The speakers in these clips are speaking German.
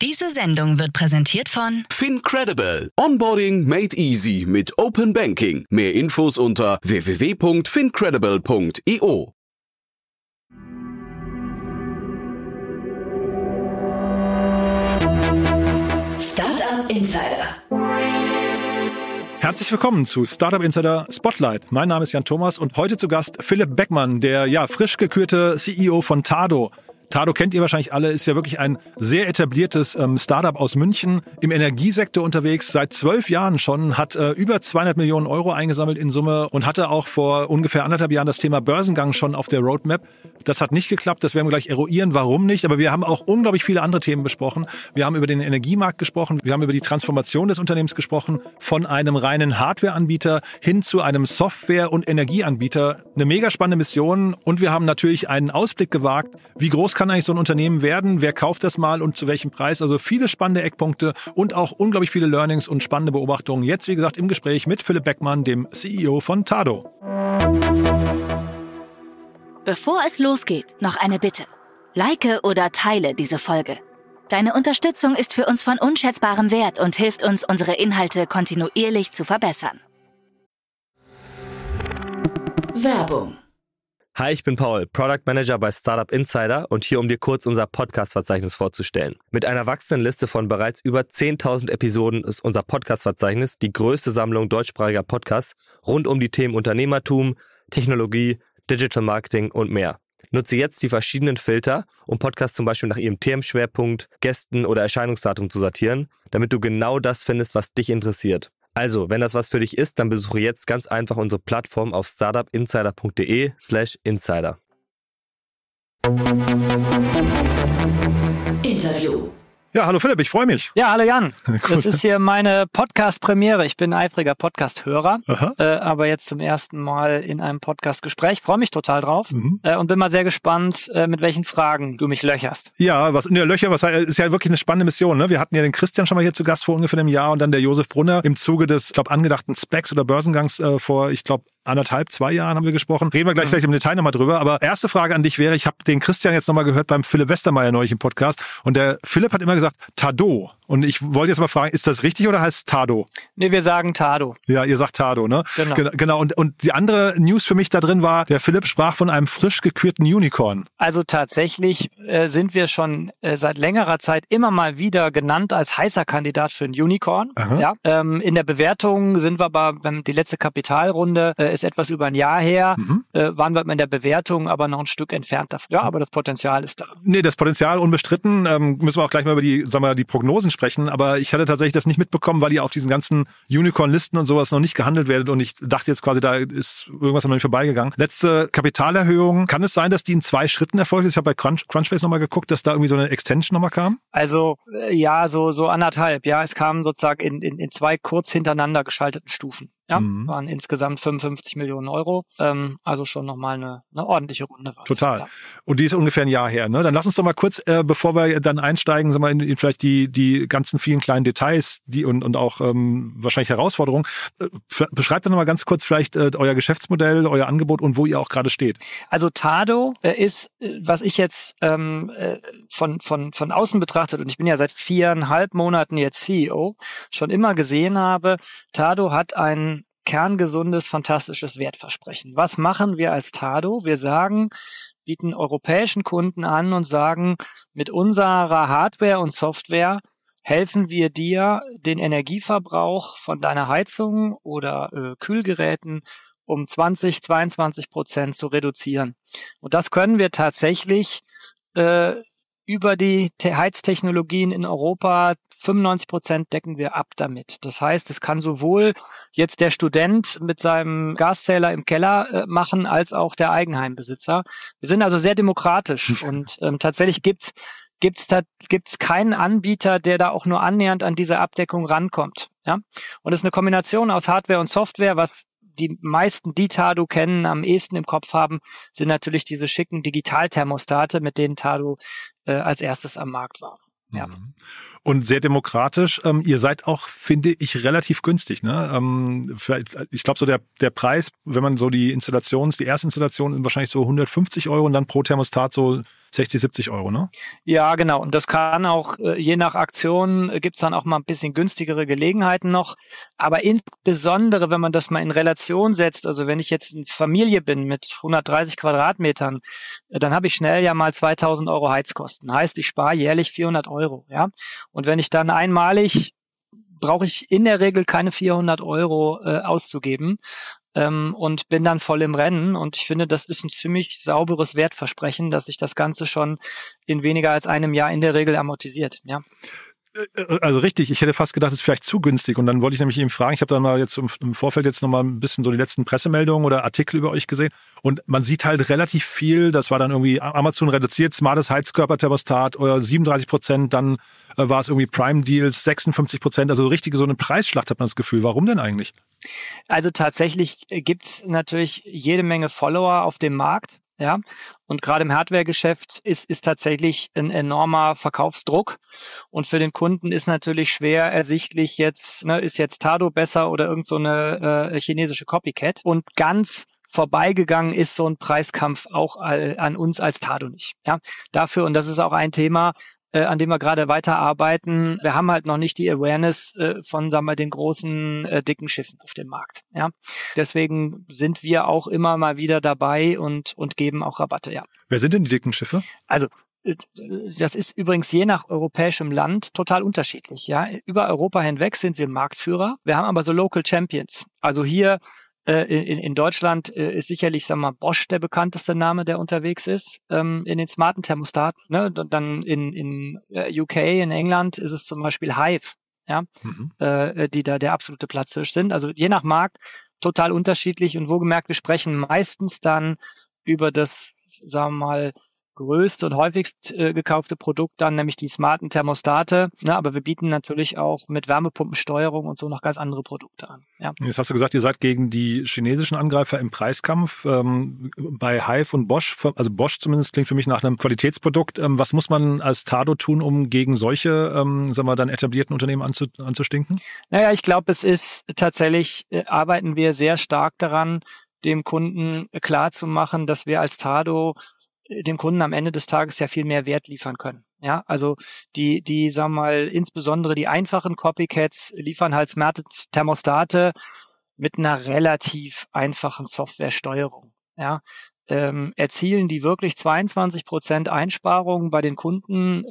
Diese Sendung wird präsentiert von FinCredible. Onboarding made easy mit Open Banking. Mehr Infos unter www.fincredible.io. Startup Insider. Herzlich willkommen zu Startup Insider Spotlight. Mein Name ist Jan Thomas und heute zu Gast Philipp Beckmann, der frisch gekürte CEO von Tado. Tado kennt ihr wahrscheinlich alle, ist ja wirklich ein sehr etabliertes Startup aus München, im Energiesektor unterwegs, seit 12 Jahren schon, hat über 200 Millionen Euro eingesammelt in Summe und hatte auch vor ungefähr 1,5 Jahren das Thema Börsengang schon auf der Roadmap. Das hat nicht geklappt, das werden wir gleich eruieren, warum nicht, aber wir haben auch unglaublich viele andere Themen besprochen. Wir haben über den Energiemarkt gesprochen, wir haben über die Transformation des Unternehmens gesprochen, von einem reinen Hardware-Anbieter hin zu einem Software- und Energieanbieter. Eine mega spannende Mission und wir haben natürlich einen Ausblick gewagt, wie groß kann eigentlich so ein Unternehmen werden, wer kauft das mal und zu welchem Preis, also viele spannende Eckpunkte und auch unglaublich viele Learnings und spannende Beobachtungen. Jetzt, wie gesagt, im Gespräch mit Philipp Beckmann, dem CEO von Tado. Bevor es losgeht, noch eine Bitte. Like oder teile diese Folge. Deine Unterstützung ist für uns von unschätzbarem Wert und hilft uns, unsere Inhalte kontinuierlich zu verbessern. Werbung. Hi, ich bin Paul, Product Manager bei Startup Insider und hier, um dir kurz unser Podcast-Verzeichnis vorzustellen. Mit einer wachsenden Liste von bereits über 10.000 Episoden ist unser Podcast-Verzeichnis die größte Sammlung deutschsprachiger Podcasts rund um die Themen Unternehmertum, Technologie, Digital Marketing und mehr. Nutze jetzt die verschiedenen Filter, um Podcasts zum Beispiel nach ihrem Themenschwerpunkt, Gästen oder Erscheinungsdatum zu sortieren, damit du genau das findest, was dich interessiert. Also, wenn das was für dich ist, dann besuche jetzt ganz einfach unsere Plattform auf startupinsider.de/insider. Interview. Ja, hallo Philipp, ich freue mich. Ja, hallo Jan. Cool. Das ist hier meine Podcast-Premiere. Ich bin ein eifriger Podcast-Hörer, aber jetzt zum ersten Mal in einem Podcast-Gespräch. Freue mich total drauf und bin mal sehr gespannt, mit welchen Fragen du mich löcherst. Ja, Löcher, ist ja wirklich eine spannende Mission. Ne? Wir hatten ja den Christian schon mal hier zu Gast vor ungefähr einem Jahr und dann der Josef Brunner im Zuge des, angedachten Specs oder Börsengangs vor, 2 Jahren haben wir gesprochen. Reden wir gleich vielleicht im Detail nochmal drüber. Aber erste Frage an dich wäre, ich habe den Christian jetzt nochmal gehört beim Philipp Westermeier neulich im Podcast und der Philipp hat immer gesagt Tado. Und ich wollte jetzt mal fragen, ist das richtig oder heißt es Tado? Nee, wir sagen Tado. Ja, ihr sagt Tado, ne? Genau. Und die andere News für mich da drin war, der Philipp sprach von einem frisch gekürten Unicorn. Also tatsächlich sind wir schon seit längerer Zeit immer mal wieder genannt als heißer Kandidat für ein Unicorn. Ja, in der Bewertung sind wir aber, die letzte Kapitalrunde ist etwas über ein Jahr her, waren wir in der Bewertung aber noch ein Stück entfernt davon. Ja, aber das Potenzial ist da. Nee, das Potenzial unbestritten. Müssen wir auch gleich mal über die Prognosen sprechen. Aber ich hatte tatsächlich das nicht mitbekommen, weil ihr auf diesen ganzen Unicorn-Listen und sowas noch nicht gehandelt werdet. Und ich dachte jetzt quasi, da ist irgendwas an mir vorbeigegangen. Letzte Kapitalerhöhung. Kann es sein, dass die in 2 Schritten erfolgt ist? Ich habe bei Crunchbase nochmal geguckt, dass da irgendwie so eine Extension nochmal kam? Also, ja, so 1,5. Ja, es kam sozusagen in 2 kurz hintereinander geschalteten Stufen. Ja, waren insgesamt 55 Millionen Euro. Also schon nochmal eine ordentliche Runde. Total. Das, ja. Und die ist ungefähr ein Jahr her. Ne? Dann lass uns doch mal kurz, bevor wir dann einsteigen, in vielleicht die ganzen vielen kleinen Details und auch wahrscheinlich Herausforderungen. Beschreibt doch nochmal ganz kurz vielleicht euer Geschäftsmodell, euer Angebot und wo ihr auch gerade steht. Also Tado ist, was ich jetzt von außen betrachtet, und ich bin ja seit 4,5 Monaten jetzt CEO, schon immer gesehen habe, Tado hat ein kerngesundes, fantastisches Wertversprechen. Was machen wir als Tado? Wir bieten europäischen Kunden an und sagen, mit unserer Hardware und Software helfen wir dir, den Energieverbrauch von deiner Heizung oder Kühlgeräten um 20-22% zu reduzieren. Und das können wir tatsächlich über die Heiztechnologien in Europa, 95% decken wir ab damit. Das heißt, es kann sowohl jetzt der Student mit seinem Gaszähler im Keller machen, als auch der Eigenheimbesitzer. Wir sind also sehr demokratisch und tatsächlich gibt's keinen Anbieter, der da auch nur annähernd an diese Abdeckung rankommt. Ja? Und es ist eine Kombination aus Hardware und Software, was die meisten, die Tado kennen, am ehesten im Kopf haben, sind natürlich diese schicken Digitalthermostate, mit denen Tado als erstes am Markt war. Ja. Und sehr demokratisch. Ihr seid auch, finde ich, relativ günstig. Ne? Ich glaube, so der Preis, wenn man so die erste Installation wahrscheinlich so 150 € und dann pro Thermostat so 60, 70 Euro, ne? Ja, genau. Und das kann auch, je nach Aktion, gibt's dann auch mal ein bisschen günstigere Gelegenheiten noch. Aber insbesondere, wenn man das mal in Relation setzt, also wenn ich jetzt eine Familie bin mit 130 Quadratmetern, dann habe ich schnell ja mal 2.000 Euro Heizkosten. Heißt, ich spare jährlich 400 Euro. Ja? Und wenn ich dann einmalig, brauche ich in der Regel keine 400 Euro auszugeben. Und bin dann voll im Rennen. Und ich finde, das ist ein ziemlich sauberes Wertversprechen, dass sich das Ganze schon in weniger als einem Jahr in der Regel amortisiert. Ja. Also richtig, ich hätte fast gedacht, es ist vielleicht zu günstig. Und dann wollte ich nämlich eben fragen, ich habe dann mal jetzt im Vorfeld jetzt nochmal ein bisschen so die letzten Pressemeldungen oder Artikel über euch gesehen. Und man sieht halt relativ viel, das war dann irgendwie Amazon reduziert, smartes Heizkörperthermostat, oder 37%, dann war es irgendwie Prime Deals, 56%, also richtige so eine Preisschlacht hat man das Gefühl. Warum denn eigentlich? Also tatsächlich gibt's natürlich jede Menge Follower auf dem Markt. Ja, und gerade im Hardware-Geschäft ist tatsächlich ein enormer Verkaufsdruck. Und für den Kunden ist natürlich schwer ersichtlich jetzt, ist jetzt Tado besser oder irgend so eine chinesische Copycat. Und ganz vorbeigegangen ist so ein Preiskampf auch an uns als Tado nicht. Ja, dafür, und das ist auch ein Thema, an dem wir gerade weiterarbeiten. Wir haben halt noch nicht die Awareness von, sagen wir, den großen, dicken Schiffen auf dem Markt. Ja, deswegen sind wir auch immer mal wieder dabei und geben auch Rabatte. Ja. Wer sind denn die dicken Schiffe? Also das ist übrigens je nach europäischem Land total unterschiedlich. Ja, über Europa hinweg sind wir Marktführer. Wir haben aber so Local Champions. Also hier in Deutschland ist sicherlich, sagen wir mal, Bosch der bekannteste Name, der unterwegs ist, in den smarten Thermostaten. Ne? Dann in UK, in England ist es zum Beispiel Hive, ja, die da der absolute Platzhirsch sind. Also je nach Markt total unterschiedlich und wohlgemerkt, wir sprechen meistens dann über das, sagen wir mal, größte und häufigst gekaufte Produkt dann, nämlich die smarten Thermostate. Ne, aber wir bieten natürlich auch mit Wärmepumpensteuerung und so noch ganz andere Produkte an. Ja. Jetzt hast du gesagt, ihr seid gegen die chinesischen Angreifer im Preiskampf. Bei Hive und Bosch, also Bosch zumindest klingt für mich nach einem Qualitätsprodukt. Was muss man als Tado tun, um gegen solche, sagen wir, dann etablierten Unternehmen anzustinken? Naja, ich glaube, es ist tatsächlich, arbeiten wir sehr stark daran, dem Kunden klar zu machen, dass wir als Tado dem Kunden am Ende des Tages ja viel mehr Wert liefern können. Ja, also die, sagen wir mal, insbesondere die einfachen Copycats liefern halt smarte Thermostate mit einer relativ einfachen Softwaresteuerung. Ja, erzielen die wirklich 22% Einsparungen bei den Kunden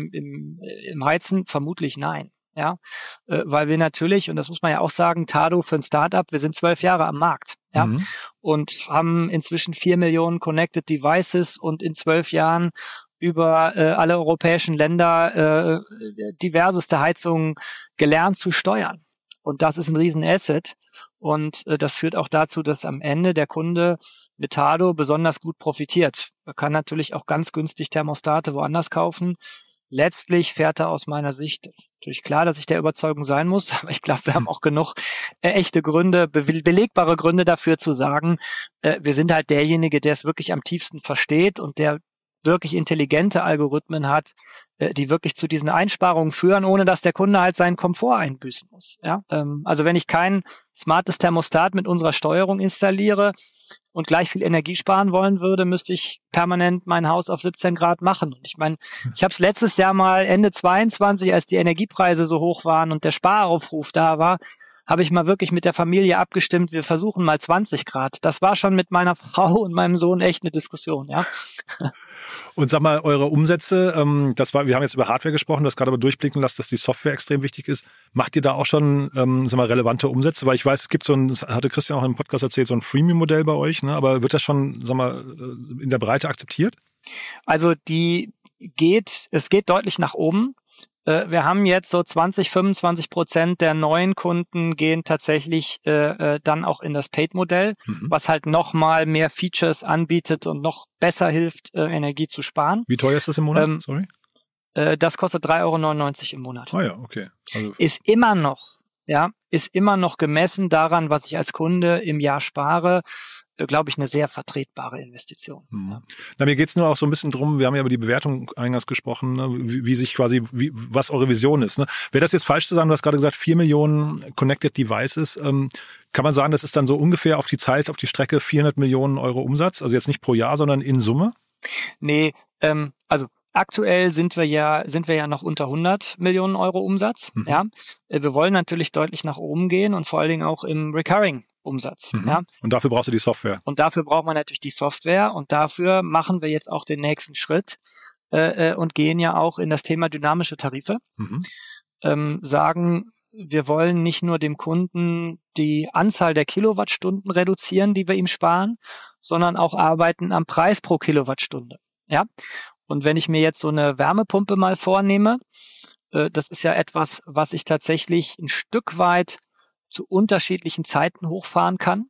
im Heizen? Vermutlich nein. Ja, weil wir natürlich, und das muss man ja auch sagen, Tado für ein Startup, wir sind 12 Jahre am Markt, ja, und haben inzwischen 4 Millionen Connected Devices und in 12 Jahren über alle europäischen Länder diverseste Heizungen gelernt zu steuern. Und das ist ein Riesen-Asset. Und das führt auch dazu, dass am Ende der Kunde mit Tado besonders gut profitiert. Er kann natürlich auch ganz günstig Thermostate woanders kaufen. Letztlich fährt er aus meiner Sicht, natürlich klar, dass ich der Überzeugung sein muss, aber ich glaube, wir haben auch genug echte Gründe, belegbare Gründe dafür zu sagen, wir sind halt derjenige, der es wirklich am tiefsten versteht und der wirklich intelligente Algorithmen hat, die wirklich zu diesen Einsparungen führen, ohne dass der Kunde halt seinen Komfort einbüßen muss. Ja? Also wenn ich kein smartes Thermostat mit unserer Steuerung installiere und gleich viel Energie sparen wollen würde, müsste ich permanent mein Haus auf 17 Grad machen. Und ich meine, ich habe es letztes Jahr mal Ende 22, als die Energiepreise so hoch waren und der Sparaufruf da war, habe ich mal wirklich mit der Familie abgestimmt, wir versuchen mal 20 Grad. Das war schon mit meiner Frau und meinem Sohn echt eine Diskussion, ja. Und sag mal, eure Umsätze, wir haben jetzt über Hardware gesprochen, du hast gerade aber durchblicken lassen, dass die Software extrem wichtig ist. Macht ihr da auch schon, sag mal, relevante Umsätze? Weil ich weiß, es gibt das hatte Christian auch im Podcast erzählt, so ein Freemium-Modell bei euch, ne? Aber wird das schon, sag mal, in der Breite akzeptiert? Also es geht deutlich nach oben. Wir haben jetzt so 20-25% der neuen Kunden gehen tatsächlich dann auch in das Paid-Modell, was halt nochmal mehr Features anbietet und noch besser hilft, Energie zu sparen. Wie teuer ist das im Monat? Sorry? Das kostet 3,99 € im Monat. Ah ja, okay. Also ist immer noch gemessen daran, was ich als Kunde im Jahr spare, glaube ich, eine sehr vertretbare Investition. Ja. Na, mir geht's nur auch so ein bisschen drum, wir haben ja über die Bewertung eingangs gesprochen, ne, was eure Vision ist. Ne? Wäre das jetzt falsch zu sagen, du hast gerade gesagt, 4 Millionen Connected Devices, kann man sagen, das ist dann so ungefähr auf die Strecke 400 Millionen € Umsatz, also jetzt nicht pro Jahr, sondern in Summe? Nee, Also aktuell sind wir ja noch unter 100 Millionen Euro Umsatz. Ja, wir wollen natürlich deutlich nach oben gehen und vor allen Dingen auch im Recurring-Umsatz. Ja. Und dafür brauchst du die Software. Und dafür braucht man natürlich die Software und dafür machen wir jetzt auch den nächsten Schritt und gehen ja auch in das Thema dynamische Tarife. Sagen, wir wollen nicht nur dem Kunden die Anzahl der Kilowattstunden reduzieren, die wir ihm sparen, sondern auch arbeiten am Preis pro Kilowattstunde. Ja. Und wenn ich mir jetzt so eine Wärmepumpe mal vornehme, das ist ja etwas, was ich tatsächlich ein Stück weit zu unterschiedlichen Zeiten hochfahren kann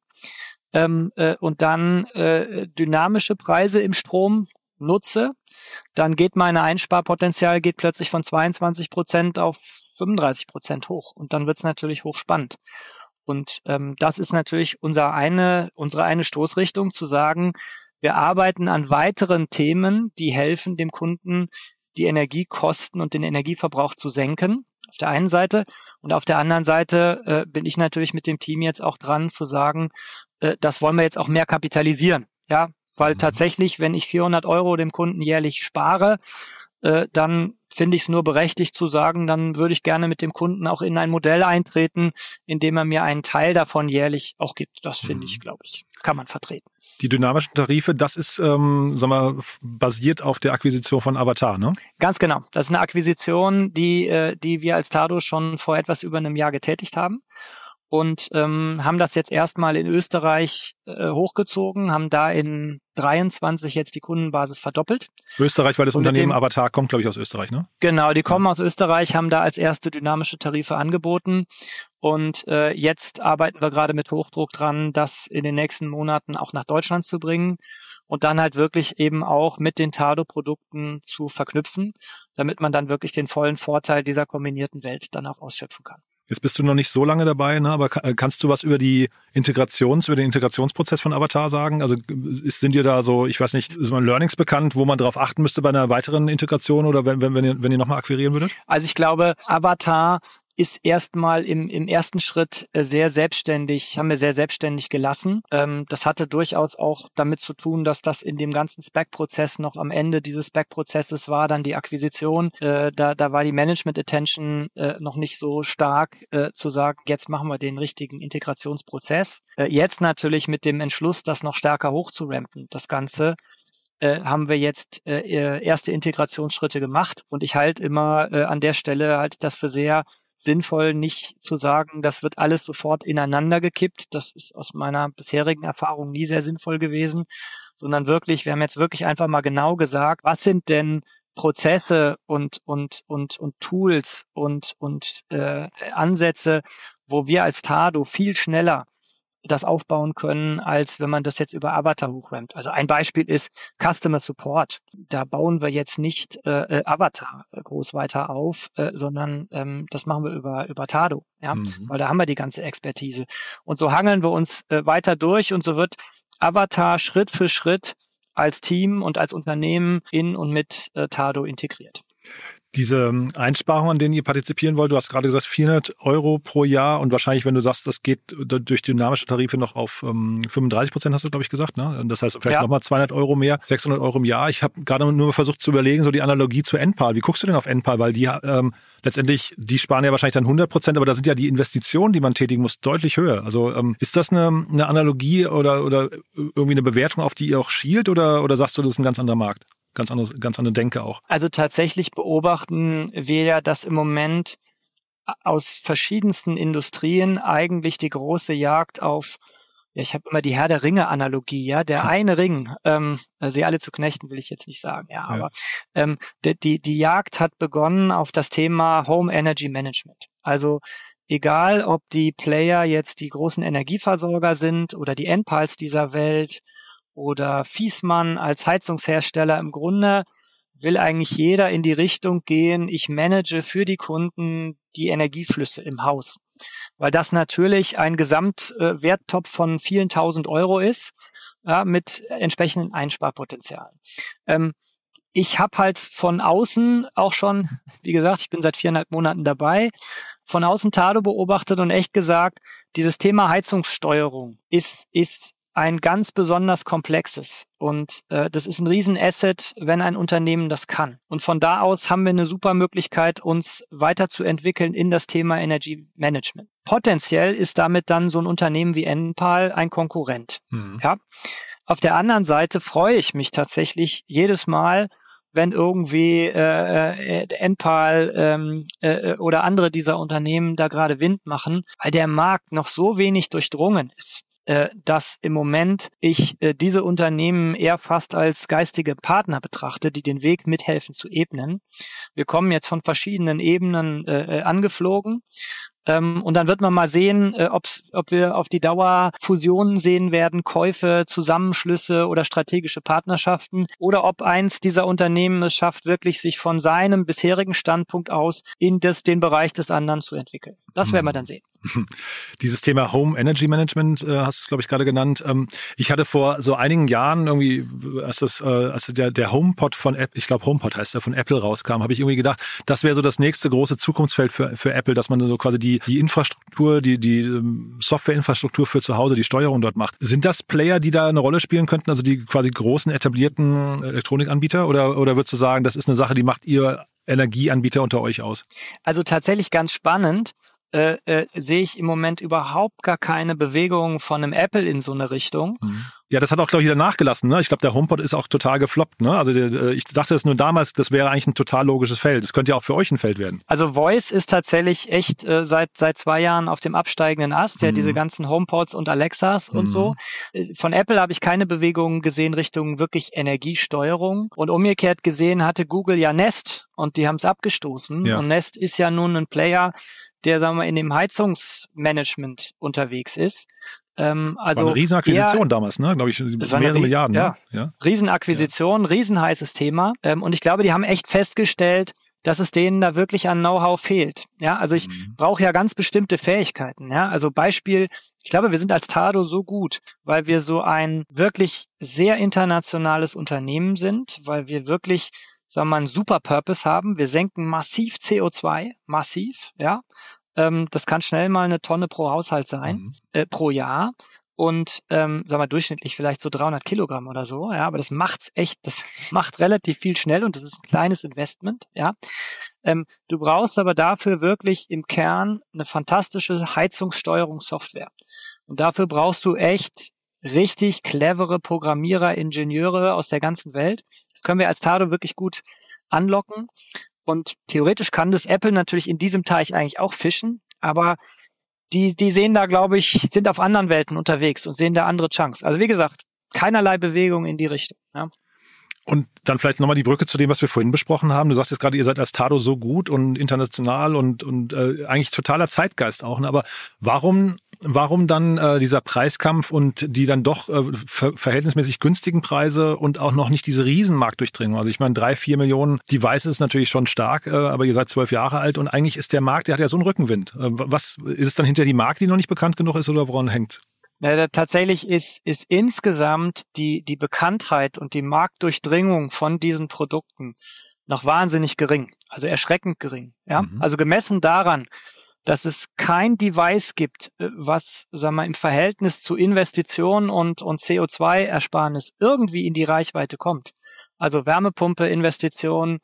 und dann dynamische Preise im Strom nutze, dann geht mein Einsparpotenzial plötzlich von 22% auf 35% hoch. Und dann wird es natürlich hochspannend. Und das ist natürlich unsere eine Stoßrichtung, zu sagen, wir arbeiten an weiteren Themen, die helfen dem Kunden, die Energiekosten und den Energieverbrauch zu senken, auf der einen Seite. Und auf der anderen Seite bin ich natürlich mit dem Team jetzt auch dran, zu sagen, das wollen wir jetzt auch mehr kapitalisieren. Ja, weil tatsächlich, wenn ich 400 Euro dem Kunden jährlich spare, dann finde ich es nur berechtigt zu sagen, dann würde ich gerne mit dem Kunden auch in ein Modell eintreten, in dem er mir einen Teil davon jährlich auch gibt. Das finde ich, glaube ich, kann man vertreten. Die dynamischen Tarife, das ist, basiert auf der Akquisition von Avatar, ne? Ganz genau. Das ist eine Akquisition, die wir als Tado schon vor etwas über einem Jahr getätigt haben. Und haben das jetzt erstmal in Österreich hochgezogen, haben da in 23 jetzt die Kundenbasis verdoppelt. Österreich, weil das Unternehmen Avatar kommt, glaube ich, aus Österreich, ne? Genau, die kommen aus Österreich, haben da als erste dynamische Tarife angeboten. Und jetzt arbeiten wir gerade mit Hochdruck dran, das in den nächsten Monaten auch nach Deutschland zu bringen und dann halt wirklich eben auch mit den Tado-Produkten zu verknüpfen, damit man dann wirklich den vollen Vorteil dieser kombinierten Welt dann auch ausschöpfen kann. Jetzt bist du noch nicht so lange dabei, ne? Aber kannst du was über den Integrationsprozess von Avatar sagen? Also sind dir da so, ich weiß nicht, ist man Learnings bekannt, wo man darauf achten müsste bei einer weiteren Integration oder wenn ihr nochmal akquirieren würdet? Also ich glaube, Avatar ist erstmal im ersten Schritt haben wir sehr selbstständig gelassen. Das hatte durchaus auch damit zu tun, dass das in dem ganzen Spec-Prozess noch am Ende dieses Spec-Prozesses war, dann die Akquisition. Da war die Management-Attention noch nicht so stark, zu sagen, jetzt machen wir den richtigen Integrationsprozess. Jetzt natürlich mit dem Entschluss, das noch stärker hochzurampen, das Ganze, haben wir jetzt erste Integrationsschritte gemacht. Und ich halte immer an der Stelle das für sehr sinnvoll, nicht zu sagen, das wird alles sofort ineinander gekippt. Das ist aus meiner bisherigen Erfahrung nie sehr sinnvoll gewesen, sondern wirklich, wir haben jetzt wirklich einfach mal genau gesagt, was sind denn Prozesse und Tools und Ansätze, wo wir als Tado viel schneller das aufbauen können, als wenn man das jetzt über Avatar hochrampt. Also ein Beispiel ist Customer Support. Da bauen wir jetzt nicht Avatar groß weiter auf, sondern das machen wir über Tado, ja, weil da haben wir die ganze Expertise. Und so hangeln wir uns weiter durch und so wird Avatar Schritt für Schritt als Team und als Unternehmen in und mit Tado integriert. Diese Einsparungen, an denen ihr partizipieren wollt, du hast gerade gesagt 400 Euro pro Jahr und wahrscheinlich, wenn du sagst, das geht durch dynamische Tarife noch auf 35%, hast du, glaube ich, gesagt, ne? Das heißt vielleicht nochmal 200 Euro mehr, 600 Euro im Jahr. Ich habe gerade nur versucht zu überlegen, so die Analogie zu Enpal. Wie guckst du denn auf Enpal? Weil die letztendlich, die sparen ja wahrscheinlich dann 100%, aber da sind ja die Investitionen, die man tätigen muss, deutlich höher. Also ist das eine Analogie oder irgendwie eine Bewertung, auf die ihr auch schielt oder sagst du, das ist ein ganz anderer Markt? Ganz andere Denke auch. Also tatsächlich beobachten wir ja, dass im Moment aus verschiedensten Industrien eigentlich die große Jagd auf, ich habe immer die Herr der Ringe-Analogie, ja, der eine Ring, sie alle zu knechten, will ich jetzt nicht sagen, aber die Jagd hat begonnen auf das Thema Home Energy Management. Also egal, ob die Player jetzt die großen Energieversorger sind oder die Enpals dieser Welt, oder Viessmann als Heizungshersteller, im Grunde will eigentlich jeder in die Richtung gehen, ich manage für die Kunden die Energieflüsse im Haus. Weil das natürlich ein Gesamtwerttopf von vielen tausend Euro ist, ja, mit entsprechenden Einsparpotenzialen. Ich habe halt von außen auch schon, wie gesagt, ich bin seit 4,5 Monaten dabei, von außen Tado beobachtet und echt gesagt, dieses Thema Heizungssteuerung ist ein ganz besonders komplexes. Und das ist ein Riesenasset, wenn ein Unternehmen das kann. Und von da aus haben wir eine super Möglichkeit, uns weiterzuentwickeln in das Thema Energiemanagement. Potenziell ist damit dann so ein Unternehmen wie Enpal ein Konkurrent. Ja. Auf der anderen Seite freue ich mich tatsächlich jedes Mal, wenn irgendwie Enpal oder andere dieser Unternehmen da gerade Wind machen, weil der Markt noch so wenig durchdrungen ist, dass im Moment ich diese Unternehmen eher fast als geistige Partner betrachte, die den Weg mithelfen zu ebnen. Wir kommen jetzt von verschiedenen Ebenen angeflogen. Und dann wird man mal sehen, ob wir auf die Dauer Fusionen sehen werden, Käufe, Zusammenschlüsse oder strategische Partnerschaften oder ob eins dieser Unternehmen es schafft, wirklich sich von seinem bisherigen Standpunkt aus in den Bereich des anderen zu entwickeln. Das werden wir dann sehen. Dieses Thema Home Energy Management hast du es, glaube ich, gerade genannt. Ich hatte vor so einigen Jahren irgendwie, als der HomePod von Apple, ich glaube HomePod heißt der, von Apple rauskam, habe ich irgendwie gedacht, das wäre so das nächste große Zukunftsfeld für Apple, dass man so quasi die Infrastruktur, die Softwareinfrastruktur für zu Hause, die Steuerung dort macht. Sind das Player, die da eine Rolle spielen könnten, also die quasi großen etablierten Elektronikanbieter? Oder würdest du sagen, das ist eine Sache, die macht ihr Energieanbieter unter euch aus? Also tatsächlich ganz spannend. Sehe ich im Moment überhaupt gar keine Bewegung von einem Apple in so eine Richtung. Ja, das hat auch, glaube ich, wieder nachgelassen. Ne? Ich glaube, der HomePod ist auch total gefloppt. Ne? Also ich dachte es nur damals, das wäre eigentlich ein total logisches Feld. Das könnte ja auch für euch ein Feld werden. Also Voice ist tatsächlich echt seit 2 Jahren auf dem absteigenden Ast. Ja, diese ganzen HomePods und Alexas und so. Von Apple habe ich keine Bewegungen gesehen Richtung wirklich Energiesteuerung. Und umgekehrt gesehen hatte Google ja Nest und die haben es abgestoßen. Ja. Und Nest ist ja nun ein Player, der, sagen wir, in dem Heizungsmanagement unterwegs ist. Also war eine Riesenakquisition damals, ne? Glaube ich, mehrere Milliarden. Ja. Ne? Ja. Riesenakquisition, riesenheißes Thema. Und ich glaube, die haben echt festgestellt, dass es denen da wirklich an Know-how fehlt. Ja, also ich brauche ja ganz bestimmte Fähigkeiten. Ja, also Beispiel, ich glaube, wir sind als Tado so gut, weil wir so ein wirklich sehr internationales Unternehmen sind, weil wir wirklich, sagen wir mal, einen super Purpose haben. Wir senken massiv CO2, ja. Das kann schnell mal 1 Tonne pro Haushalt sein, pro Jahr. Und, sagen wir durchschnittlich vielleicht so 300 Kilogramm oder so, ja. Aber das macht relativ viel schnell und das ist ein kleines Investment, ja. Du brauchst aber dafür wirklich im Kern eine fantastische Heizungssteuerungssoftware. Und dafür brauchst du echt richtig clevere Programmierer, Ingenieure aus der ganzen Welt. Das können wir als Tado wirklich gut anlocken. Und theoretisch kann das Apple natürlich in diesem Teich eigentlich auch fischen, aber die sehen da, glaube ich, sind auf anderen Welten unterwegs und sehen da andere Chunks. Also wie gesagt, keinerlei Bewegung in die Richtung. Ja. Und dann vielleicht nochmal die Brücke zu dem, was wir vorhin besprochen haben. Du sagst jetzt gerade, ihr seid als Tado so gut und international und eigentlich totaler Zeitgeist auch. Ne? Aber warum dann dieser Preiskampf und die dann doch verhältnismäßig günstigen Preise und auch noch nicht diese Riesenmarktdurchdringung? Also ich meine, 3-4 Millionen Devices ist natürlich schon stark, aber ihr seid 12 Jahre alt und eigentlich ist der Markt, der hat ja so einen Rückenwind. Was ist es dann hinter die Marke, die noch nicht bekannt genug ist oder woran hängt? Ja, tatsächlich ist insgesamt die Bekanntheit und die Marktdurchdringung von diesen Produkten noch wahnsinnig gering, also erschreckend gering. Ja, also gemessen daran, dass es kein Device gibt, was, sagen wir, im Verhältnis zu Investitionen und CO2-Ersparnis irgendwie in die Reichweite kommt. Also Wärmepumpe, Investition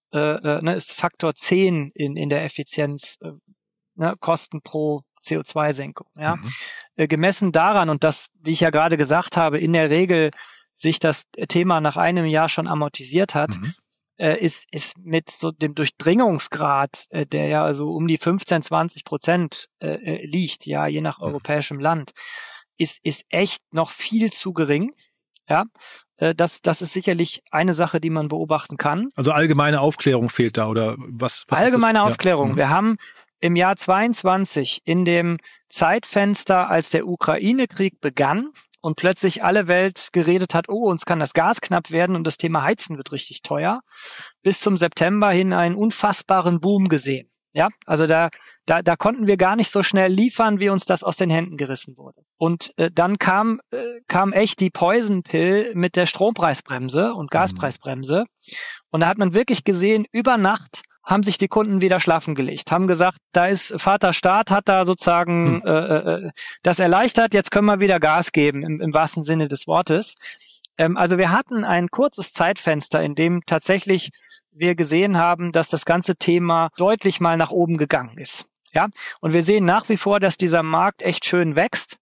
ist Faktor 10 in der Effizienz, Kosten pro CO2-Senkung. Ja, gemessen daran und das, wie ich ja gerade gesagt habe, in der Regel sich das Thema nach einem Jahr schon amortisiert hat. Ist mit so dem Durchdringungsgrad, der ja also um die 15-20% liegt, ja, je nach europäischem Land, ist echt noch viel zu gering. Ja, das ist sicherlich eine Sache, die man beobachten kann. Also allgemeine Aufklärung fehlt da oder was allgemeine Aufklärung. Ja. Wir haben im Jahr 22 in dem Zeitfenster, als der Ukraine-Krieg begann, und plötzlich alle Welt geredet hat, oh, uns kann das Gas knapp werden und das Thema Heizen wird richtig teuer, bis zum September hin einen unfassbaren Boom gesehen. Ja, also da konnten wir gar nicht so schnell liefern, wie uns das aus den Händen gerissen wurde. Und dann kam echt die Poison Pill mit der Strompreisbremse und Gaspreisbremse. Und da hat man wirklich gesehen, über Nacht haben sich die Kunden wieder schlafen gelegt, haben gesagt, da ist Vater Staat, hat da sozusagen das erleichtert, jetzt können wir wieder Gas geben, im wahrsten Sinne des Wortes. Also wir hatten ein kurzes Zeitfenster, in dem tatsächlich wir gesehen haben, dass das ganze Thema deutlich mal nach oben gegangen ist. Ja, und wir sehen nach wie vor, dass dieser Markt echt schön wächst.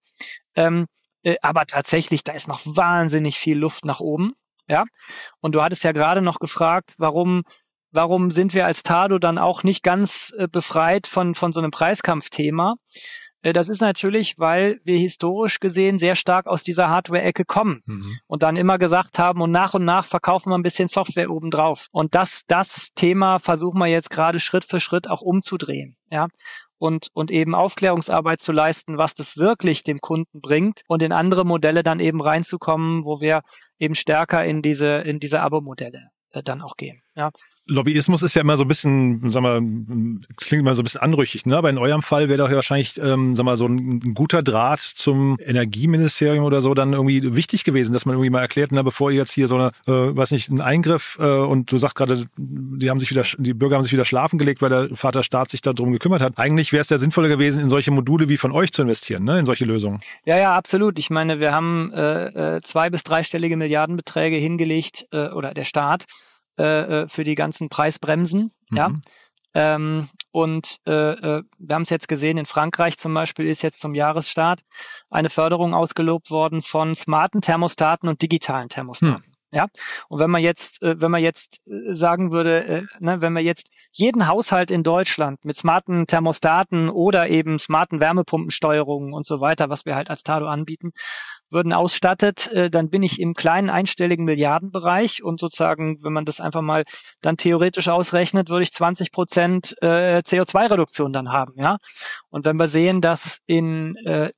Aber tatsächlich, da ist noch wahnsinnig viel Luft nach oben. Ja, und du hattest ja gerade noch gefragt, warum sind wir als Tado dann auch nicht ganz befreit von so einem Preiskampfthema? Das ist natürlich, weil wir historisch gesehen sehr stark aus dieser Hardware-Ecke kommen und dann immer gesagt haben, und nach verkaufen wir ein bisschen Software obendrauf. Und das Thema versuchen wir jetzt gerade Schritt für Schritt auch umzudrehen, ja. Und eben Aufklärungsarbeit zu leisten, was das wirklich dem Kunden bringt und in andere Modelle dann eben reinzukommen, wo wir eben stärker in diese Abo-Modelle dann auch gehen, ja. Lobbyismus ist ja immer so ein bisschen, sag mal, klingt immer so ein bisschen anrüchig, ne? Aber in eurem Fall wäre doch ja wahrscheinlich, sag mal, so ein guter Draht zum Energieministerium oder so dann irgendwie wichtig gewesen, dass man irgendwie mal erklärt, na, bevor ihr jetzt hier so eine, weiß nicht, einen Eingriff und du sagst gerade, die Bürger haben sich wieder schlafen gelegt, weil der Vater Staat sich darum gekümmert hat. Eigentlich wäre es ja sinnvoller gewesen, in solche Module wie von euch zu investieren, ne? In solche Lösungen. Ja, absolut. Ich meine, wir haben 2- bis 3-stellige Milliardenbeträge hingelegt, oder der Staat, für die ganzen Preisbremsen, ja. Und wir haben es jetzt gesehen, in Frankreich zum Beispiel ist jetzt zum Jahresstart eine Förderung ausgelobt worden von smarten Thermostaten und digitalen Thermostaten. Ja, und wenn man jetzt sagen würde, wenn wir jetzt jeden Haushalt in Deutschland mit smarten Thermostaten oder eben smarten Wärmepumpensteuerungen und so weiter, was wir halt als Tado anbieten, würden ausstattet, dann bin ich im kleinen einstelligen Milliardenbereich und sozusagen, wenn man das einfach mal dann theoretisch ausrechnet, würde ich 20% CO2-Reduktion dann haben, ja. Und wenn wir sehen, dass in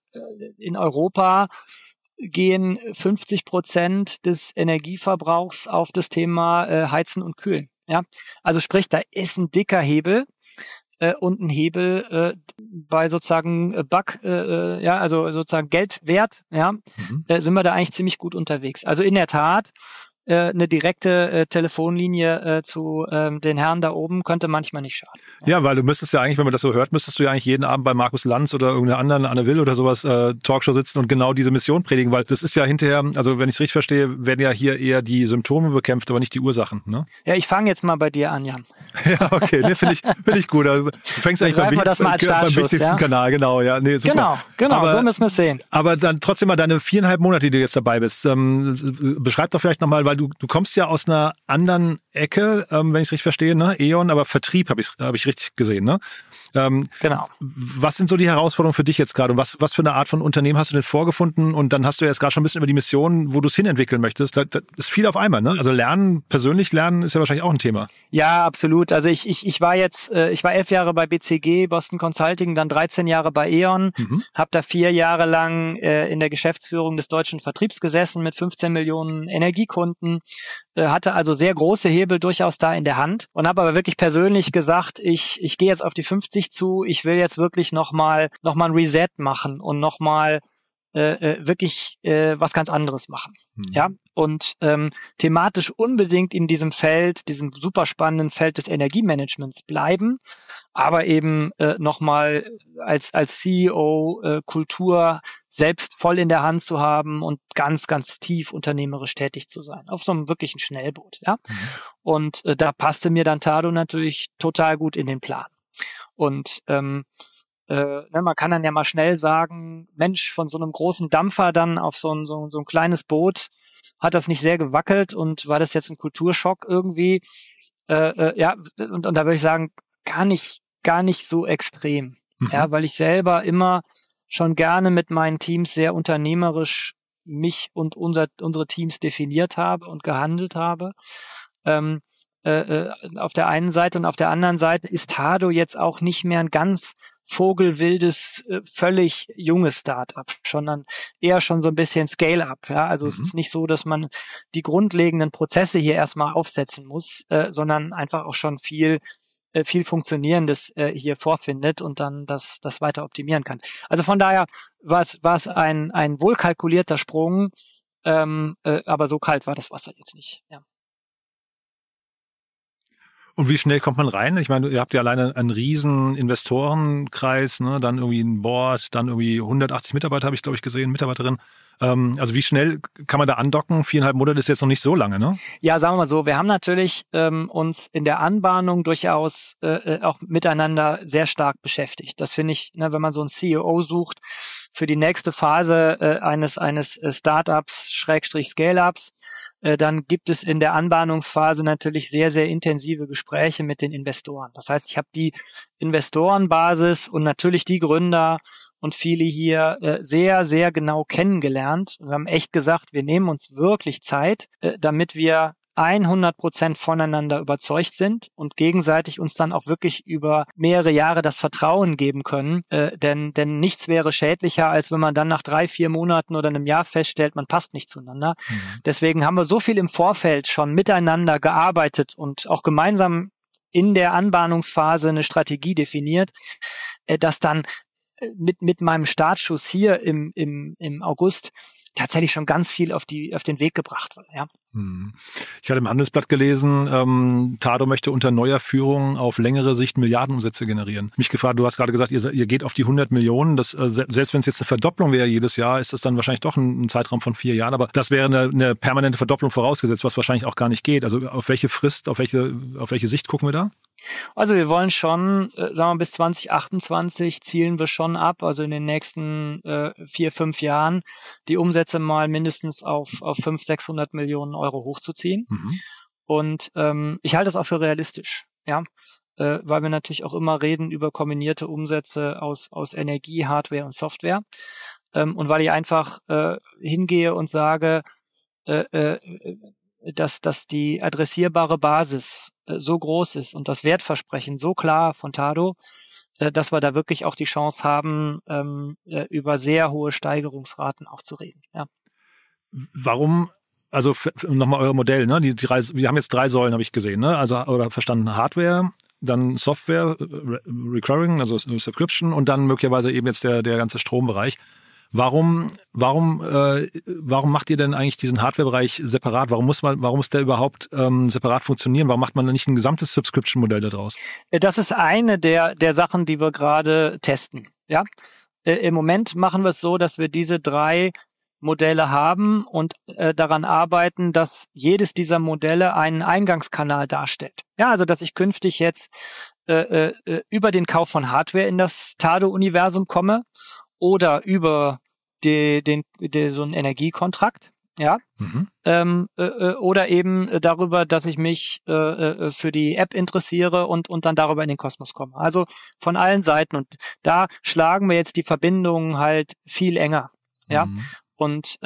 Europa gehen 50% des Energieverbrauchs auf das Thema Heizen und Kühlen. Ja, also sprich, da ist ein dicker Hebel und ein Hebel bei sozusagen also sozusagen Geldwert. Ja, sind wir da eigentlich ziemlich gut unterwegs. Also in der Tat. Eine direkte Telefonlinie zu den Herren da oben könnte manchmal nicht schaden. Ja, weil du müsstest ja eigentlich, wenn man das so hört, müsstest du ja eigentlich jeden Abend bei Markus Lanz oder irgendeiner anderen, Anne Will oder sowas, Talkshow sitzen und genau diese Mission predigen, weil das ist ja hinterher, also wenn ich es richtig verstehe, werden ja hier eher die Symptome bekämpft, aber nicht die Ursachen, ne? Ja, ich fange jetzt mal bei dir an, Jan. Ja, okay, ne, finde ich gut. Du fängst eigentlich beim wichtigsten Kanal, genau, ja, nee, super. Genau, aber, so müssen wir es sehen. Aber dann trotzdem mal deine 4,5 Monate, die du jetzt dabei bist, beschreib doch vielleicht nochmal, weil du kommst ja aus einer anderen Ecke, wenn ich es richtig verstehe, ne? E.ON, aber Vertrieb habe ich richtig gesehen, ne? Genau. Was sind so die Herausforderungen für dich jetzt gerade? Und was für eine Art von Unternehmen hast du denn vorgefunden? Und dann hast du ja jetzt gerade schon ein bisschen über die Mission, wo du es hinentwickeln möchtest. Das ist viel auf einmal, ne? Also persönlich lernen ist ja wahrscheinlich auch ein Thema. Ja, absolut. Also ich war 11 Jahre bei BCG, Boston Consulting, dann 13 Jahre bei E.ON, habe da 4 Jahre lang in der Geschäftsführung des deutschen Vertriebs gesessen mit 15 Millionen Energiekunden, hatte also sehr große Hebel durchaus da in der Hand und habe aber wirklich persönlich gesagt, ich gehe jetzt auf die 50 zu, ich will jetzt wirklich noch mal ein Reset machen und noch mal wirklich was ganz anderes machen. Ja, und thematisch unbedingt in diesem super spannenden Feld des Energiemanagements bleiben, aber eben nochmal als CEO Kultur selbst voll in der Hand zu haben und ganz, ganz tief unternehmerisch tätig zu sein. Auf so einem wirklichen Schnellboot, ja. Und da passte mir dann Tado natürlich total gut in den Plan. Und man kann dann ja mal schnell sagen, Mensch, von so einem großen Dampfer dann auf so ein kleines Boot hat das nicht sehr gewackelt und war das jetzt ein Kulturschock irgendwie? Ja, und da würde ich sagen, gar nicht so extrem. Ja, weil ich selber immer schon gerne mit meinen Teams sehr unternehmerisch mich und unsere Teams definiert habe und gehandelt habe. Auf der einen Seite und auf der anderen Seite ist Tado jetzt auch nicht mehr ein ganz vogelwildes, völlig junges Start-up, sondern eher schon so ein bisschen Scale-up. Ja? Also es ist nicht so, dass man die grundlegenden Prozesse hier erstmal aufsetzen muss, sondern einfach auch schon viel Funktionierendes hier vorfindet und dann das weiter optimieren kann. Also von daher war es ein wohlkalkulierter Sprung, aber so kalt war das Wasser jetzt nicht. Ja. Und wie schnell kommt man rein? Ich meine, ihr habt ja alleine einen riesen Investorenkreis, ne? Dann irgendwie ein Board, dann irgendwie 180 Mitarbeiter, habe ich glaube ich gesehen, Mitarbeiterin. Also wie schnell kann man da andocken? 4,5 Monate ist jetzt noch nicht so lange, ne? Ja, sagen wir mal so, wir haben natürlich uns in der Anbahnung durchaus auch miteinander sehr stark beschäftigt. Das finde ich, ne, wenn man so einen CEO sucht für die nächste Phase eines Startups, Scale-Ups, dann gibt es in der Anbahnungsphase natürlich sehr, sehr intensive Gespräche mit den Investoren. Das heißt, ich habe die Investorenbasis und natürlich die Gründer und viele hier sehr, sehr genau kennengelernt. Wir haben echt gesagt, wir nehmen uns wirklich Zeit, damit wir 100% voneinander überzeugt sind und gegenseitig uns dann auch wirklich über mehrere Jahre das Vertrauen geben können. Denn nichts wäre schädlicher, als wenn man dann nach 3-4 Monaten oder einem Jahr feststellt, man passt nicht zueinander. Mhm. Deswegen haben wir so viel im Vorfeld schon miteinander gearbeitet und auch gemeinsam in der Anbahnungsphase eine Strategie definiert, dass dann mit meinem Startschuss hier im August tatsächlich schon ganz viel auf den Weg gebracht wird. Ja. Ich hatte im Handelsblatt gelesen, Tado möchte unter neuer Führung auf längere Sicht Milliardenumsätze generieren. Mich gefragt, du hast gerade gesagt, ihr geht auf die 100 Millionen. Das, selbst wenn es jetzt eine Verdopplung wäre jedes Jahr, ist das dann wahrscheinlich doch ein Zeitraum von 4 Jahren. Aber das wäre eine permanente Verdopplung vorausgesetzt, was wahrscheinlich auch gar nicht geht. Also auf welche Frist, auf welche Sicht gucken wir da? Also wir wollen schon, sagen wir bis 2028 zielen wir schon ab, also in den nächsten 4-5 Jahren die Umsätze mal mindestens auf 500-600 Millionen Euro hochzuziehen. Mhm. Und ich halte das auch für realistisch, ja, weil wir natürlich auch immer reden über kombinierte Umsätze aus Energie, Hardware und Software. Und weil ich einfach hingehe und sage, dass die adressierbare Basis so groß ist und das Wertversprechen so klar von Tado, dass wir da wirklich auch die Chance haben, über sehr hohe Steigerungsraten auch zu reden. Ja. Warum, also nochmal euer Modell, ne? Wir haben jetzt 3 Säulen, habe ich gesehen, ne? Also oder verstanden, Hardware, dann Software, Recurring, also Subscription und dann möglicherweise eben jetzt der ganze Strombereich. Warum macht ihr denn eigentlich diesen Hardware-Bereich separat? Warum muss der überhaupt separat funktionieren? Warum macht man nicht ein gesamtes Subscription-Modell daraus? Das ist eine der Sachen, die wir gerade testen. Ja, im Moment machen wir es so, dass wir diese 3 Modelle haben und daran arbeiten, dass jedes dieser Modelle einen Eingangskanal darstellt. Ja, also dass ich künftig jetzt über den Kauf von Hardware in das Tado-Universum komme oder über so einen Energiekontrakt, ja, oder eben darüber, dass ich mich für die App interessiere und dann darüber in den Kosmos komme. Also von allen Seiten und da schlagen wir jetzt die Verbindungen halt viel enger, ja. Und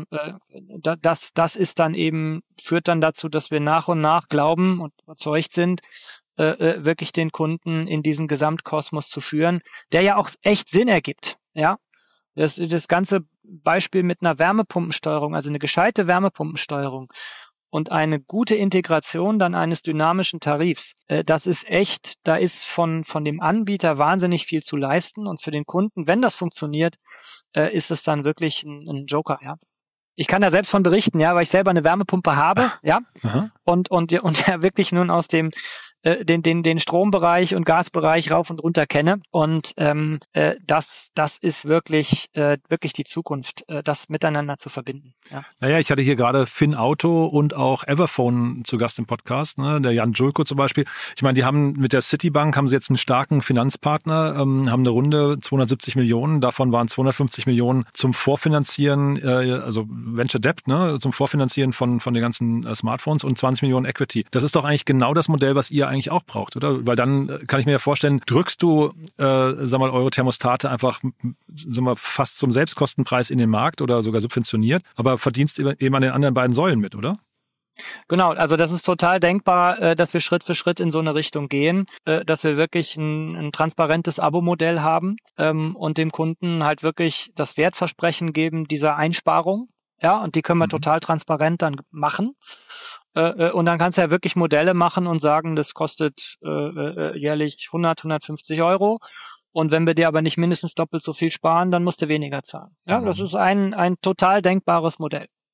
das ist dann eben, führt dann dazu, dass wir nach und nach glauben und überzeugt sind, wirklich den Kunden in diesen Gesamtkosmos zu führen, der ja auch echt Sinn ergibt, ja. Das ganze Beispiel mit einer Wärmepumpensteuerung, also eine gescheite Wärmepumpensteuerung und eine gute Integration dann eines dynamischen Tarifs, das ist echt, da ist von dem Anbieter wahnsinnig viel zu leisten und für den Kunden, wenn das funktioniert, ist es dann wirklich ein Joker, ja. Ich kann da selbst von berichten, ja, weil ich selber eine Wärmepumpe habe, ja, und ja wirklich nun aus dem den Strombereich und Gasbereich rauf und runter kenne. Und das ist wirklich die Zukunft, das miteinander zu verbinden. Ja. Naja, ich hatte hier gerade FinAuto und auch Everphone zu Gast im Podcast, ne? Der Jan Julko zum Beispiel. Ich meine, die haben mit der Citibank haben sie jetzt einen starken Finanzpartner, haben eine Runde 270 Millionen, davon waren 250 Millionen zum Vorfinanzieren, also Venture Debt, ne? Zum Vorfinanzieren von den ganzen Smartphones und 20 Millionen Equity. Das ist doch eigentlich genau das Modell, was ihr eigentlich auch braucht, oder? Weil dann kann ich mir ja vorstellen, drückst du, eure Thermostate einfach, fast zum Selbstkostenpreis in den Markt oder sogar subventioniert, aber verdienst eben an den anderen beiden Säulen mit, oder? Genau, also das ist total denkbar, dass wir Schritt für Schritt in so eine Richtung gehen, dass wir wirklich ein transparentes Abo-Modell haben und dem Kunden halt wirklich das Wertversprechen geben dieser Einsparung. Ja, und die können wir total transparent dann machen. Und dann kannst du ja wirklich Modelle machen und sagen, das kostet jährlich 150 Euro. Und wenn wir dir aber nicht mindestens doppelt so viel sparen, dann musst du weniger zahlen. Ja, das ist ein total denkbares Modell.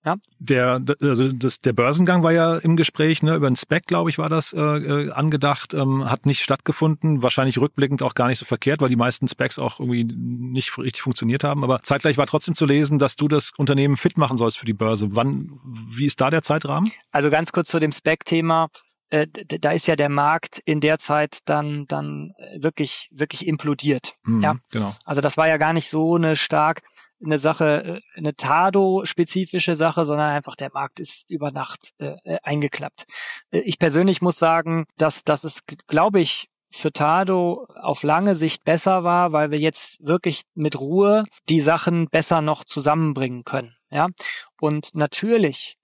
Ja. Der Börsengang war ja im Gespräch, ne, über ein SPAC, glaube ich, war das angedacht, hat nicht stattgefunden, wahrscheinlich rückblickend auch gar nicht so verkehrt, weil die meisten SPACs auch irgendwie nicht richtig funktioniert haben, aber zeitgleich war trotzdem zu lesen, dass du das Unternehmen fit machen sollst für die Börse. Wie ist da der Zeitrahmen? Also ganz kurz zu dem SPAC-Thema. Da ist ja der Markt in der Zeit dann wirklich implodiert. Ja, genau. Also das war ja gar nicht so eine Sache, eine Tado-spezifische Sache, sondern einfach der Markt ist über Nacht eingeklappt. Ich persönlich muss sagen, dass es, glaube ich, für Tado auf lange Sicht besser war, weil wir jetzt wirklich mit Ruhe die Sachen besser noch zusammenbringen können. Ja, und natürlich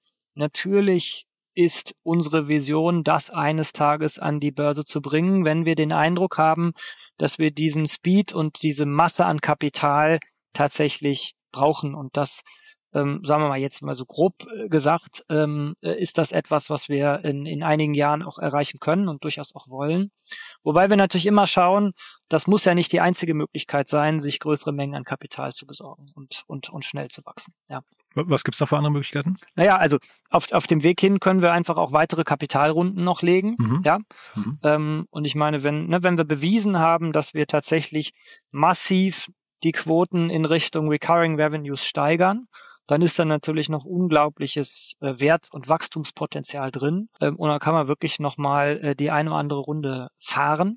ist unsere Vision, das eines Tages an die Börse zu bringen, wenn wir den Eindruck haben, dass wir diesen Speed und diese Masse an Kapital tatsächlich brauchen. Und das, sagen wir mal jetzt mal so grob gesagt, ist das etwas, was wir in einigen Jahren auch erreichen können und durchaus auch wollen. Wobei wir natürlich immer schauen, das muss ja nicht die einzige Möglichkeit sein, sich größere Mengen an Kapital zu besorgen und schnell zu wachsen. Ja. Was gibt's da für andere Möglichkeiten? Naja, also auf dem Weg hin können wir einfach auch weitere Kapitalrunden noch legen. Ja. Und ich meine, wenn wir bewiesen haben, dass wir tatsächlich massiv die Quoten in Richtung Recurring Revenues steigern, dann ist da natürlich noch unglaubliches Wert- und Wachstumspotenzial drin. Und dann kann man wirklich nochmal die eine oder andere Runde fahren.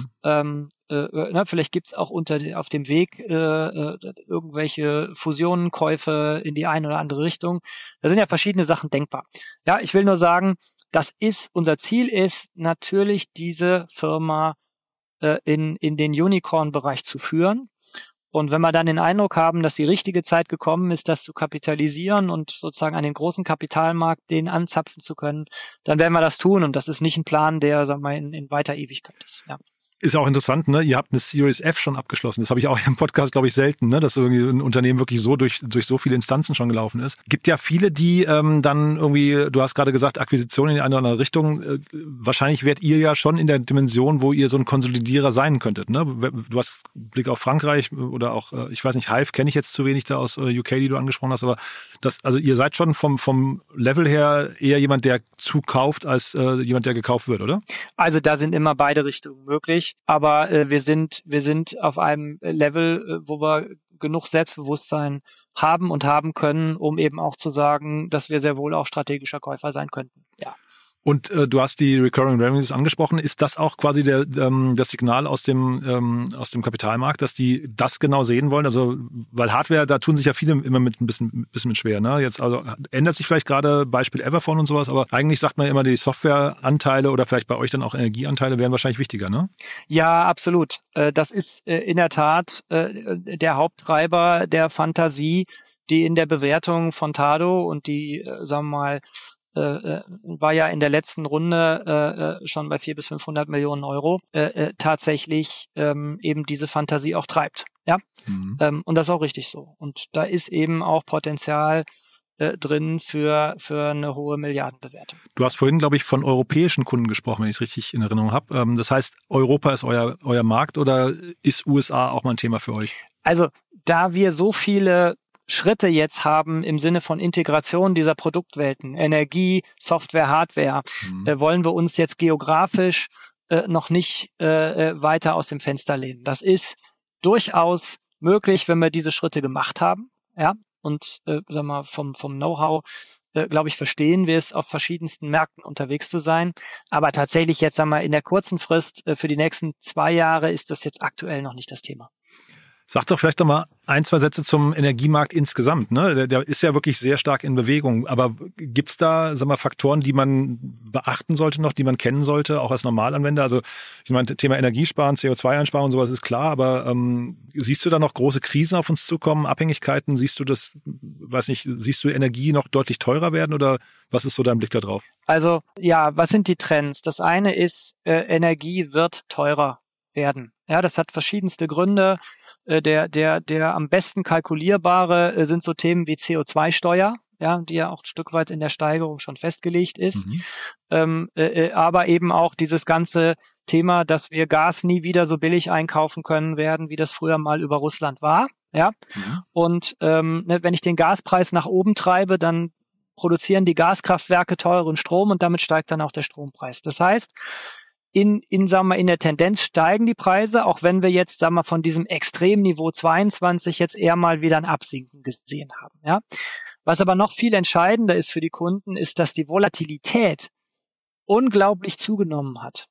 Vielleicht gibt's auch auf dem Weg irgendwelche Fusionen, Käufe in die eine oder andere Richtung. Da sind ja verschiedene Sachen denkbar. Ja, ich will nur sagen, unser Ziel ist natürlich, diese Firma in den Unicorn-Bereich zu führen. Und wenn wir dann den Eindruck haben, dass die richtige Zeit gekommen ist, das zu kapitalisieren und sozusagen an den großen Kapitalmarkt den anzapfen zu können, dann werden wir das tun. Und das ist nicht ein Plan, der, sagen wir mal, in weiter Ewigkeit ist. Ja. Ist auch interessant, ne? Ihr habt eine Series F schon abgeschlossen. Das habe ich auch im Podcast, glaube ich, selten, ne? Dass irgendwie ein Unternehmen wirklich so durch so viele Instanzen schon gelaufen ist. Gibt ja viele, die dann irgendwie, du hast gerade gesagt, Akquisitionen in eine oder andere Richtung. Wahrscheinlich werdet ihr ja schon in der Dimension, wo ihr so ein Konsolidierer sein könntet, ne? Du hast Blick auf Frankreich oder auch, ich weiß nicht, Hive kenne ich jetzt zu wenig da aus UK, die du angesprochen hast, aber also ihr seid schon vom Level her eher jemand, der zukauft, als jemand, der gekauft wird, oder? Also da sind immer beide Richtungen möglich. Aber wir sind auf einem Level, wo wir genug Selbstbewusstsein haben können, um eben auch zu sagen, dass wir sehr wohl auch strategischer Käufer sein könnten. Ja. Und du hast die Recurring Revenues angesprochen. Ist das auch quasi das Signal aus dem Kapitalmarkt, dass die das genau sehen wollen? Also, weil Hardware, da tun sich ja viele immer mit ein bisschen mit schwer, ne? Jetzt also ändert sich vielleicht gerade Beispiel Everphone und sowas, aber eigentlich sagt man immer, die Softwareanteile oder vielleicht bei euch dann auch Energieanteile wären wahrscheinlich wichtiger, ne? Ja, absolut. Das ist in der Tat der Haupttreiber der Fantasie, die in der Bewertung von Tado und die, sagen wir mal, war ja in der letzten Runde schon bei 400 bis 500 Millionen Euro tatsächlich eben diese Fantasie auch treibt. Ja, und das ist auch richtig so. Und da ist eben auch Potenzial drin für eine hohe Milliardenbewertung. Du hast vorhin, glaube ich, von europäischen Kunden gesprochen, wenn ich es richtig in Erinnerung habe. Das heißt, Europa ist euer Markt oder ist USA auch mal ein Thema für euch? Also, da wir so viele Schritte jetzt haben im Sinne von Integration dieser Produktwelten, Energie, Software, Hardware, wollen wir uns jetzt geografisch noch nicht weiter aus dem Fenster lehnen. Das ist durchaus möglich, wenn wir diese Schritte gemacht haben, ja, und sagen wir vom Know-how, glaube ich, verstehen wir es, auf verschiedensten Märkten unterwegs zu sein. Aber tatsächlich jetzt, sagen wir, in der kurzen Frist für die nächsten 2 Jahre ist das jetzt aktuell noch nicht das Thema. Sag doch vielleicht noch mal 1, 2 Sätze zum Energiemarkt insgesamt, ne? Der ist ja wirklich sehr stark in Bewegung. Aber gibt's da, sag mal, Faktoren, die man beachten sollte noch, die man kennen sollte, auch als Normalanwender? Also ich meine, Thema Energiesparen, CO2-Einsparung und sowas ist klar, aber siehst du da noch große Krisen auf uns zukommen, Abhängigkeiten? Siehst du siehst du Energie noch deutlich teurer werden oder was ist so dein Blick da drauf? Also ja, was sind die Trends? Das eine ist, Energie wird teurer werden. Ja, das hat verschiedenste Gründe. Der am besten kalkulierbare sind so Themen wie CO2-Steuer, ja, die ja auch ein Stück weit in der Steigerung schon festgelegt ist. Aber eben auch dieses ganze Thema, dass wir Gas nie wieder so billig einkaufen können werden, wie das früher mal über Russland war. Ja. Und wenn ich den Gaspreis nach oben treibe, dann produzieren die Gaskraftwerke teuren Strom und damit steigt dann auch der Strompreis. Das heißt, in der Tendenz steigen die Preise, auch wenn wir jetzt, sagen wir, von diesem Extremniveau 22 jetzt eher mal wieder ein Absinken gesehen haben, ja. Was aber noch viel entscheidender ist für die Kunden, ist, dass die Volatilität unglaublich zugenommen hat.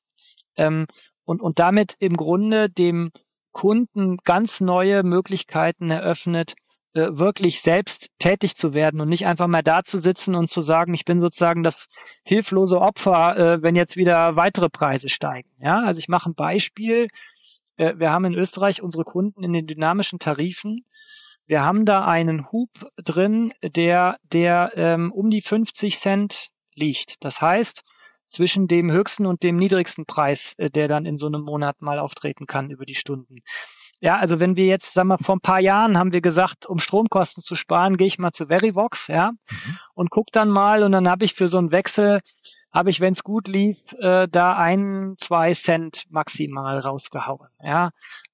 Und damit im Grunde dem Kunden ganz neue Möglichkeiten eröffnet, wirklich selbst tätig zu werden und nicht einfach mal da zu sitzen und zu sagen, ich bin sozusagen das hilflose Opfer, wenn jetzt wieder weitere Preise steigen. Ja, also ich mache ein Beispiel. Wir haben in Österreich unsere Kunden in den dynamischen Tarifen. Wir haben da einen Hub drin, der um die 50 Cent liegt. Das heißt, zwischen dem höchsten und dem niedrigsten Preis, der dann in so einem Monat mal auftreten kann über die Stunden. Ja, also wenn wir jetzt, sagen wir, vor ein paar Jahren haben wir gesagt, um Stromkosten zu sparen, gehe ich mal zu Verivox, ja, und guck dann mal und dann habe ich für so einen Wechsel, wenn es gut lief, da 1-2 Cent maximal rausgehauen, ja.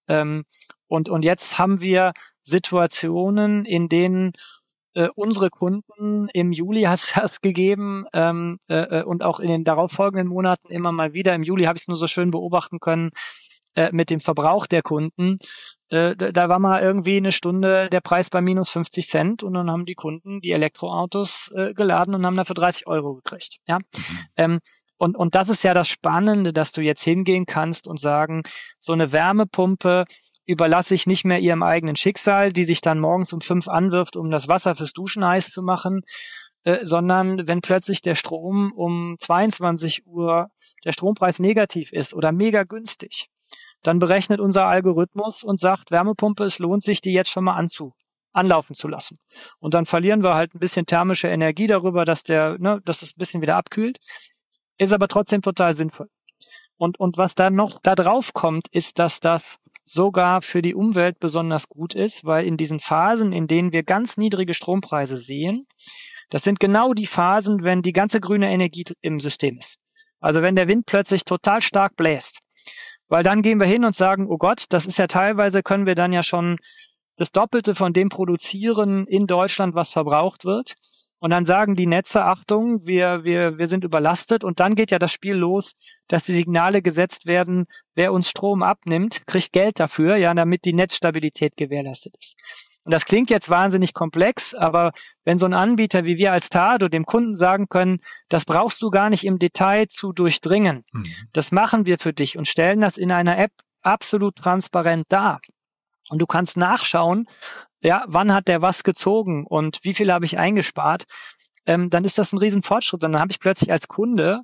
Und jetzt haben wir Situationen, in denen unsere Kunden im Juli hat es das gegeben und auch in den darauffolgenden Monaten immer mal wieder. Im Juli habe ich es nur so schön beobachten können mit dem Verbrauch der Kunden. Da war mal irgendwie eine Stunde der Preis bei minus 50 Cent und dann haben die Kunden die Elektroautos geladen und haben dafür 30 € gekriegt. Ja? Und das ist ja das Spannende, dass du jetzt hingehen kannst und sagen, so eine Wärmepumpe überlasse ich nicht mehr ihrem eigenen Schicksal, die sich dann morgens um 5 anwirft, um das Wasser fürs Duschen heiß zu machen, sondern wenn plötzlich der Strom um 22 Uhr der Strompreis negativ ist oder mega günstig, dann berechnet unser Algorithmus und sagt, Wärmepumpe, es lohnt sich, die jetzt schon mal anlaufen zu lassen. Und dann verlieren wir halt ein bisschen thermische Energie darüber, dass es ein bisschen wieder abkühlt, ist aber trotzdem total sinnvoll. Und was dann noch da drauf kommt, ist, dass das sogar für die Umwelt besonders gut ist, weil in diesen Phasen, in denen wir ganz niedrige Strompreise sehen, das sind genau die Phasen, wenn die ganze grüne Energie im System ist. Also wenn der Wind plötzlich total stark bläst. Weil dann gehen wir hin und sagen, oh Gott, das ist ja teilweise, können wir dann ja schon das Doppelte von dem produzieren in Deutschland, was verbraucht wird. Und dann sagen die Netze, Achtung, wir sind überlastet. Und dann geht ja das Spiel los, dass die Signale gesetzt werden, wer uns Strom abnimmt, kriegt Geld dafür, ja, damit die Netzstabilität gewährleistet ist. Und das klingt jetzt wahnsinnig komplex, aber wenn so ein Anbieter wie wir als Tado dem Kunden sagen können, das brauchst du gar nicht im Detail zu durchdringen, das machen wir für dich und stellen das in einer App absolut transparent dar. Und du kannst nachschauen, ja, wann hat der was gezogen und wie viel habe ich eingespart, dann ist das ein Riesenfortschritt. Und dann habe ich plötzlich als Kunde,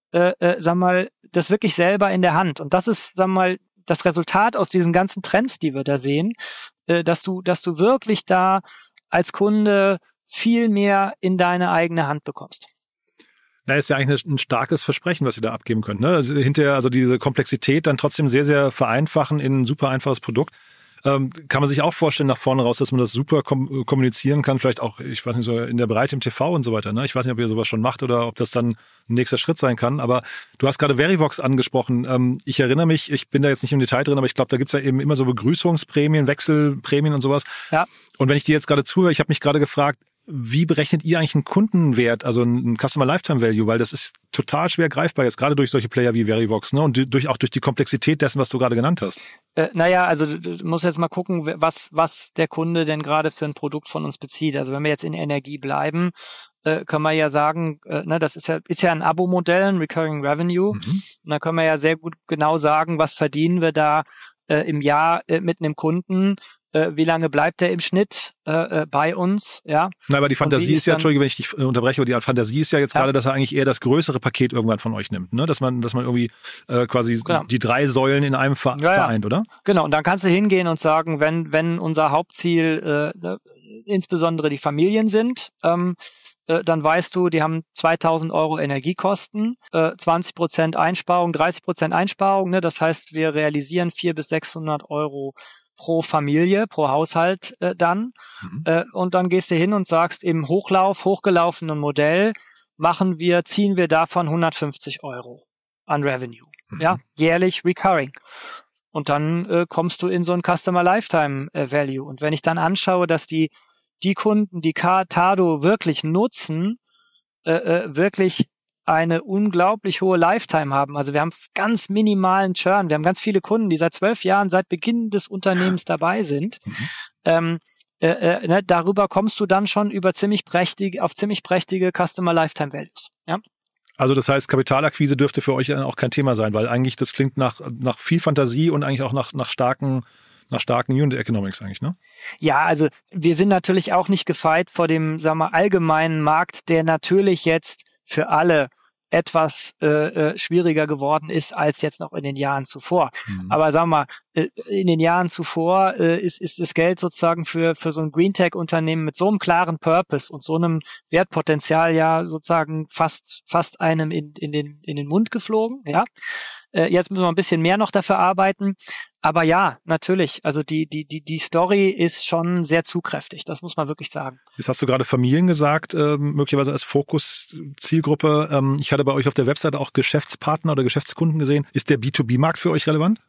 das wirklich selber in der Hand. Und das ist, das Resultat aus diesen ganzen Trends, die wir da sehen, dass du wirklich da als Kunde viel mehr in deine eigene Hand bekommst. Na, ist ja eigentlich ein starkes Versprechen, was ihr da abgeben könnt, ne? Also hinterher, also diese Komplexität dann trotzdem sehr, sehr vereinfachen in ein super einfaches Produkt. Kann man sich auch vorstellen nach vorne raus, dass man das super kommunizieren kann, vielleicht auch, ich weiß nicht, so in der Breite im TV und so weiter, ne? Ich weiß nicht, ob ihr sowas schon macht oder ob das dann ein nächster Schritt sein kann, aber du hast gerade Verivox angesprochen. Ich erinnere mich, ich bin da jetzt nicht im Detail drin, aber ich glaube, da gibt's ja eben immer so Begrüßungsprämien, Wechselprämien und sowas. Ja. Und wenn ich dir jetzt gerade zuhöre, ich habe mich gerade gefragt, wie berechnet ihr eigentlich einen Kundenwert, also einen Customer Lifetime Value, weil das ist total schwer greifbar jetzt, gerade durch solche Player wie Verivox, ne? Und auch durch die Komplexität dessen, was du gerade genannt hast. Also du musst jetzt mal gucken, was der Kunde denn gerade für ein Produkt von uns bezieht. Also wenn wir jetzt in Energie bleiben, können wir ja sagen, das ist ja ein Abo-Modell, ein Recurring Revenue. Und da können wir ja sehr gut genau sagen, was verdienen wir da im Jahr mit einem Kunden. Wie lange bleibt er im Schnitt bei uns? Ja. Na, aber die Fantasie ist ja, Entschuldige, wenn ich dich unterbreche, aber die Fantasie ist ja jetzt gerade, dass er eigentlich eher das größere Paket irgendwann von euch nimmt, ne? Dass man irgendwie quasi die 3 Säulen in einem vereint, oder? Genau, und dann kannst du hingehen und sagen, wenn unser Hauptziel insbesondere die Familien sind, dann weißt du, die haben 2.000 € Energiekosten, 20% Einsparung, 30% Einsparung, ne? Das heißt, wir realisieren 400 bis 600 € pro Familie, pro Haushalt dann. Und dann gehst du hin und sagst, im hochgelaufenen Modell ziehen wir davon 150 € an Revenue. Ja, jährlich recurring. Und dann kommst du in so ein Customer Lifetime Value. Und wenn ich dann anschaue, dass die Kunden, die Tado wirklich nutzen, wirklich eine unglaublich hohe Lifetime haben. Also wir haben ganz minimalen Churn. Wir haben ganz viele Kunden, die seit 12 Jahren, seit Beginn des Unternehmens dabei sind. Darüber kommst du dann schon über ziemlich prächtige Customer Lifetime Values. Ja? Also das heißt, Kapitalakquise dürfte für euch auch kein Thema sein, weil eigentlich das klingt nach viel Fantasie und eigentlich auch nach starken Unit Economics eigentlich, ne? Ja, also wir sind natürlich auch nicht gefeit vor dem, sagen wir, allgemeinen Markt, der natürlich jetzt für alle etwas schwieriger geworden ist als jetzt noch in den Jahren zuvor. Aber sagen wir mal, in den Jahren zuvor ist das Geld sozusagen für so ein Green Tech Unternehmen mit so einem klaren Purpose und so einem Wertpotenzial ja sozusagen fast einem in den Mund geflogen. Ja, jetzt müssen wir ein bisschen mehr noch dafür arbeiten. Aber ja, natürlich. Also die Story ist schon sehr zugkräftig. Das muss man wirklich sagen. Jetzt hast du gerade Familien gesagt, möglicherweise als Fokus-Zielgruppe. Ich hatte bei euch auf der Webseite auch Geschäftspartner oder Geschäftskunden gesehen. Ist der B2B-Markt für euch relevant?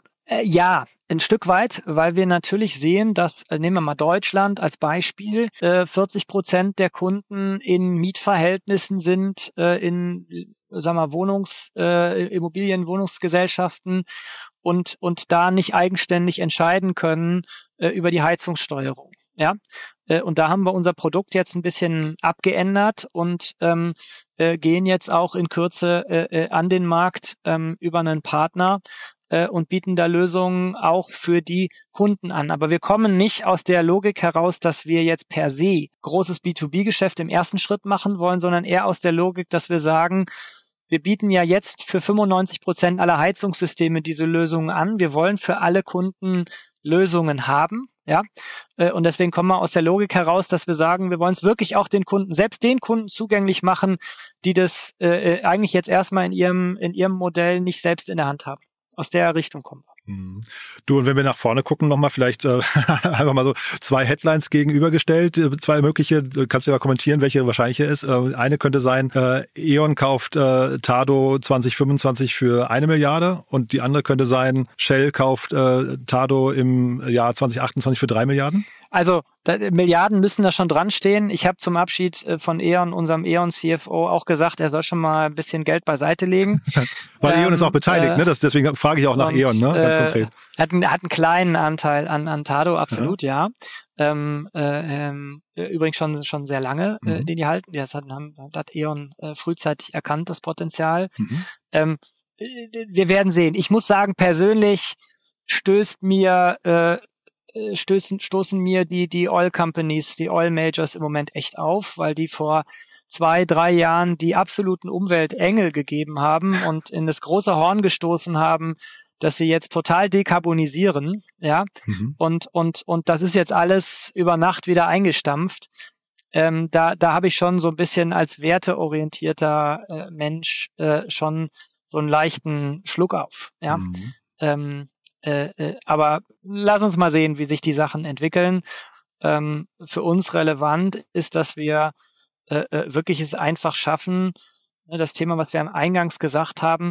Ja, ein Stück weit, weil wir natürlich sehen, dass, nehmen wir mal Deutschland als Beispiel, 40% der Kunden in Mietverhältnissen sind, in, sagen wir, Immobilien, Wohnungsgesellschaften und da nicht eigenständig entscheiden können über die Heizungssteuerung. Ja, und da haben wir unser Produkt jetzt ein bisschen abgeändert und gehen jetzt auch in Kürze an den Markt über einen Partner und bieten da Lösungen auch für die Kunden an. Aber wir kommen nicht aus der Logik heraus, dass wir jetzt per se großes B2B-Geschäft im ersten Schritt machen wollen, sondern eher aus der Logik, dass wir sagen, wir bieten ja jetzt für 95% aller Heizungssysteme diese Lösungen an. Wir wollen für alle Kunden Lösungen haben. Ja, und deswegen kommen wir aus der Logik heraus, dass wir sagen, wir wollen es wirklich auch selbst den Kunden zugänglich machen, die das eigentlich jetzt erstmal in ihrem Modell nicht selbst in der Hand haben. Aus der Richtung kommen wir. Du, und wenn wir nach vorne gucken, nochmal vielleicht einfach mal so 2 Headlines gegenübergestellt, 2 mögliche, kannst du ja mal kommentieren, welche wahrscheinlicher ist. Eine könnte sein, E.ON kauft Tado 2025 für 1 Milliarde und die andere könnte sein, Shell kauft Tado im Jahr 2028 für 3 Milliarden. Also Milliarden müssen da schon dran stehen. Ich habe zum Abschied von E.ON, unserem E.ON-CFO, auch gesagt, er soll schon mal ein bisschen Geld beiseite legen. Weil E.ON ist auch beteiligt, ne? Deswegen frage ich auch nach E.ON, ne? Ganz konkret. Hat einen kleinen Anteil an Tado, absolut, ja. Übrigens schon sehr lange, den die halten. Das hat E.ON frühzeitig erkannt, das Potenzial. Wir werden sehen. Ich muss sagen, persönlich stoßen mir die Oil Companies, die Oil Majors im Moment echt auf, weil die vor 2-3 Jahren die absoluten Umweltengel gegeben haben und in das große Horn gestoßen haben, dass sie jetzt total dekarbonisieren, ja, und das ist jetzt alles über Nacht wieder eingestampft. Da habe ich schon so ein bisschen als werteorientierter Mensch schon so einen leichten Schluck auf, ja. Aber lass uns mal sehen, wie sich die Sachen entwickeln. Für uns relevant ist, dass wir wirklich es einfach schaffen, das Thema, was wir eingangs gesagt haben,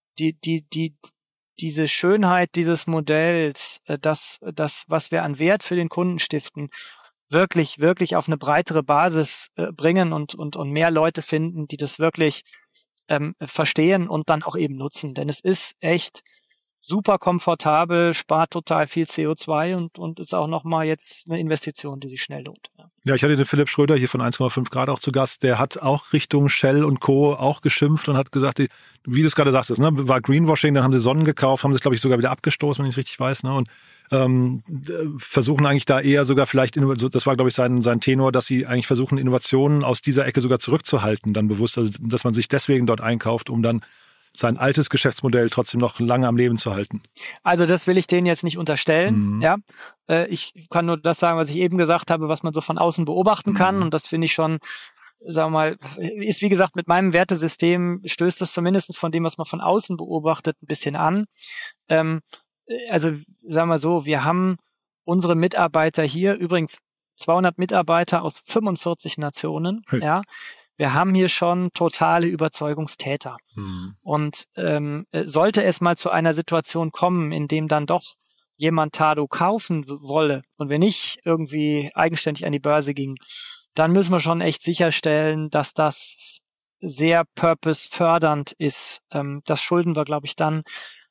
diese Schönheit dieses Modells, das, was wir an Wert für den Kunden stiften, wirklich auf eine breitere Basis bringen und mehr Leute finden, die das wirklich verstehen und dann auch eben nutzen. Denn es ist echt super komfortabel, spart total viel CO2 und ist auch nochmal jetzt eine Investition, die sich schnell lohnt. Ja, ich hatte den Philipp Schröder hier von 1,5 Grad auch zu Gast. Der hat auch Richtung Shell und Co. auch geschimpft und hat gesagt, wie du es gerade sagtest, ne, war Greenwashing, dann haben sie Sonnen gekauft, haben sie, glaube ich, sogar wieder abgestoßen, wenn ich es richtig weiß, ne, und versuchen eigentlich da eher sogar vielleicht, das war, glaube ich, sein Tenor, dass sie eigentlich versuchen, Innovationen aus dieser Ecke sogar zurückzuhalten, dann bewusst, also, dass man sich deswegen dort einkauft, um dann sein altes Geschäftsmodell trotzdem noch lange am Leben zu halten. Also das will ich denen jetzt nicht unterstellen. Ja, ich kann nur das sagen, was ich eben gesagt habe, was man so von außen beobachten kann. Und das finde ich schon, sagen wir mal, ist wie gesagt mit meinem Wertesystem, stößt das zumindest von dem, was man von außen beobachtet, ein bisschen an. Also sagen wir so, wir haben unsere Mitarbeiter hier, übrigens 200 Mitarbeiter aus 45 Nationen, ja. Wir haben hier schon totale Überzeugungstäter. Und sollte es mal zu einer Situation kommen, in dem dann doch jemand Tado kaufen wolle und wir nicht irgendwie eigenständig an die Börse gingen, dann müssen wir schon echt sicherstellen, dass das sehr purpose-fördernd ist. Das schulden wir, glaube ich, dann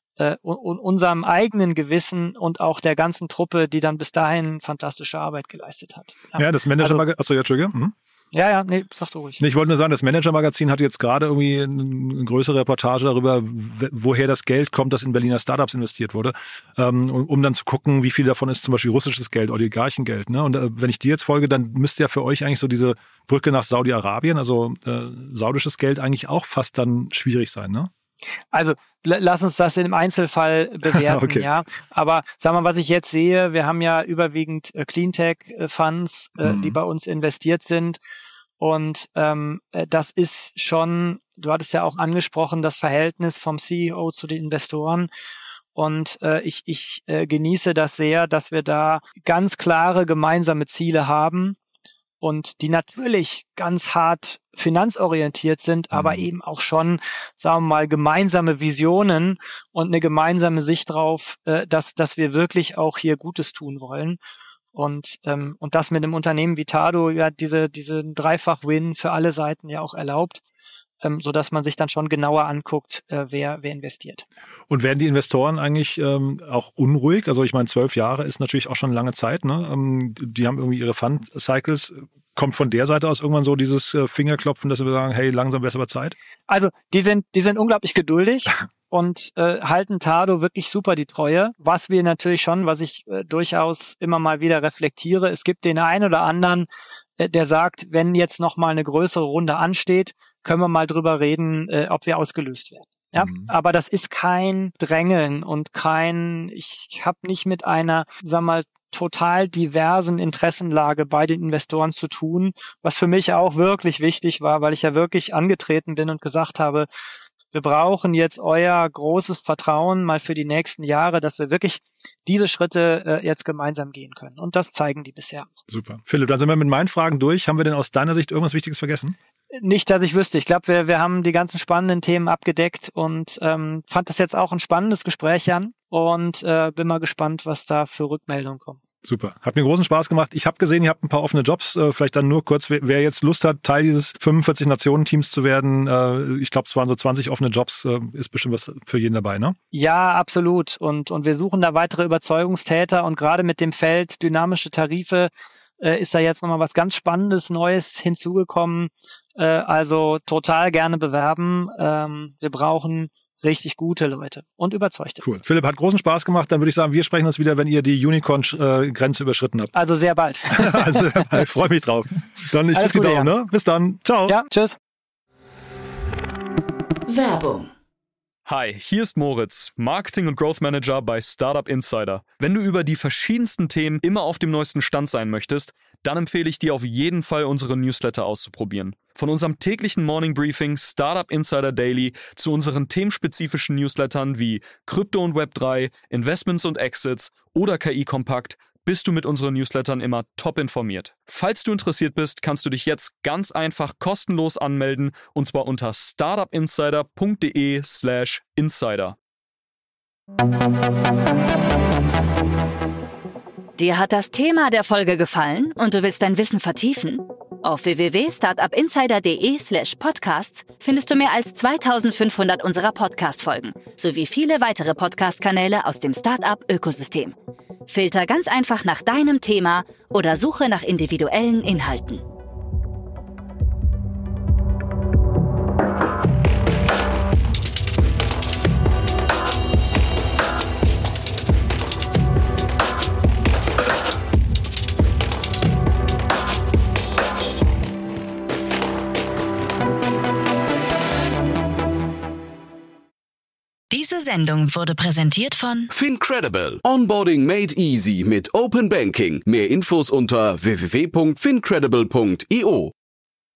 unserem eigenen Gewissen und auch der ganzen Truppe, die dann bis dahin fantastische Arbeit geleistet hat. Ja, das Manager-Magazin, achso, ja, Entschuldige. Ja, nee, sag du ruhig. Nee, ich wollte nur sagen, das Manager-Magazin hat jetzt gerade irgendwie eine größere Reportage darüber, woher das Geld kommt, das in Berliner Startups investiert wurde, um dann zu gucken, wie viel davon ist zum Beispiel russisches Geld, Oligarchengeld. Ne? Und wenn ich dir jetzt folge, dann müsste ja für euch eigentlich so diese Brücke nach Saudi-Arabien, also saudisches Geld, eigentlich auch fast dann schwierig sein, ne? Also lass uns das im Einzelfall bewerten, okay. Ja. Aber sag mal, was ich jetzt sehe, wir haben ja überwiegend Cleantech-Funds, die bei uns investiert sind. Und das ist schon, du hattest ja auch angesprochen, das Verhältnis vom CEO zu den Investoren. Und ich genieße das sehr, dass wir da ganz klare gemeinsame Ziele haben. Und die natürlich ganz hart finanzorientiert sind, aber eben auch schon, sagen wir mal, gemeinsame Visionen und eine gemeinsame Sicht drauf, dass wir wirklich auch hier Gutes tun wollen. Und das mit einem Unternehmen wie Tado ja diese Dreifach-Win für alle Seiten ja auch erlaubt, so dass man sich dann schon genauer anguckt, wer investiert. Und werden die Investoren eigentlich auch unruhig? Also ich meine, 12 Jahre ist natürlich auch schon eine lange Zeit. Ne? Die haben irgendwie ihre Fund-Cycles. Kommt von der Seite aus irgendwann so dieses Fingerklopfen, dass wir sagen, hey, langsam wäre es aber Zeit? Also die sind unglaublich geduldig und halten Tado wirklich super die Treue. Was wir natürlich schon, was ich durchaus immer mal wieder reflektiere, es gibt den einen oder anderen, der sagt, wenn jetzt noch mal eine größere Runde ansteht, können wir mal drüber reden, ob wir ausgelöst werden. Ja, aber das ist kein Drängeln und ich habe nicht mit einer, sag mal, total diversen Interessenlage bei den Investoren zu tun, was für mich auch wirklich wichtig war, weil ich ja wirklich angetreten bin und gesagt habe, wir brauchen jetzt euer großes Vertrauen mal für die nächsten Jahre, dass wir wirklich diese Schritte jetzt gemeinsam gehen können. Und das zeigen die bisher. Super. Philipp, dann sind wir mit meinen Fragen durch. Haben wir denn aus deiner Sicht irgendwas Wichtiges vergessen? Nicht, dass ich wüsste. Ich glaube, wir haben die ganzen spannenden Themen abgedeckt und fand das jetzt auch ein spannendes Gespräch, Jan. Und bin mal gespannt, was da für Rückmeldungen kommen. Super. Hat mir großen Spaß gemacht. Ich habe gesehen, ihr habt ein paar offene Jobs. Vielleicht dann nur kurz, wer jetzt Lust hat, Teil dieses 45-Nationen-Teams zu werden. Ich glaube, es waren so 20 offene Jobs. Ist bestimmt was für jeden dabei, ne? Ja, absolut. Und wir suchen da weitere Überzeugungstäter. Und gerade mit dem Feld dynamische Tarife ist da jetzt nochmal was ganz Spannendes, Neues hinzugekommen. Also total gerne bewerben. Wir brauchen richtig gute Leute und Überzeugte. Cool. Philipp, hat großen Spaß gemacht. Dann würde ich sagen, wir sprechen uns wieder, wenn ihr die Unicorn-Grenze überschritten habt. Also sehr bald. Also ich freue mich drauf. Dann ich drücke die Daumen, ne? Bis dann. Ciao. Ja, tschüss. Werbung. Hi, hier ist Moritz, Marketing- und Growth Manager bei Startup Insider. Wenn du über die verschiedensten Themen immer auf dem neuesten Stand sein möchtest, dann empfehle ich dir auf jeden Fall, unsere Newsletter auszuprobieren. Von unserem täglichen Morning Briefing Startup Insider Daily zu unseren themenspezifischen Newslettern wie Krypto und Web3, Investments und Exits oder KI Kompakt, bist du mit unseren Newslettern immer top informiert. Falls du interessiert bist, kannst du dich jetzt ganz einfach kostenlos anmelden und zwar unter startupinsider.de/insider. Dir hat das Thema der Folge gefallen und du willst dein Wissen vertiefen? Auf www.startupinsider.de/podcasts findest du mehr als 2500 unserer Podcast-Folgen sowie viele weitere Podcast-Kanäle aus dem Startup-Ökosystem. Filter ganz einfach nach deinem Thema oder suche nach individuellen Inhalten. Diese Sendung wurde präsentiert von FinCredible. Onboarding made easy mit Open Banking. Mehr Infos unter www.fincredible.io.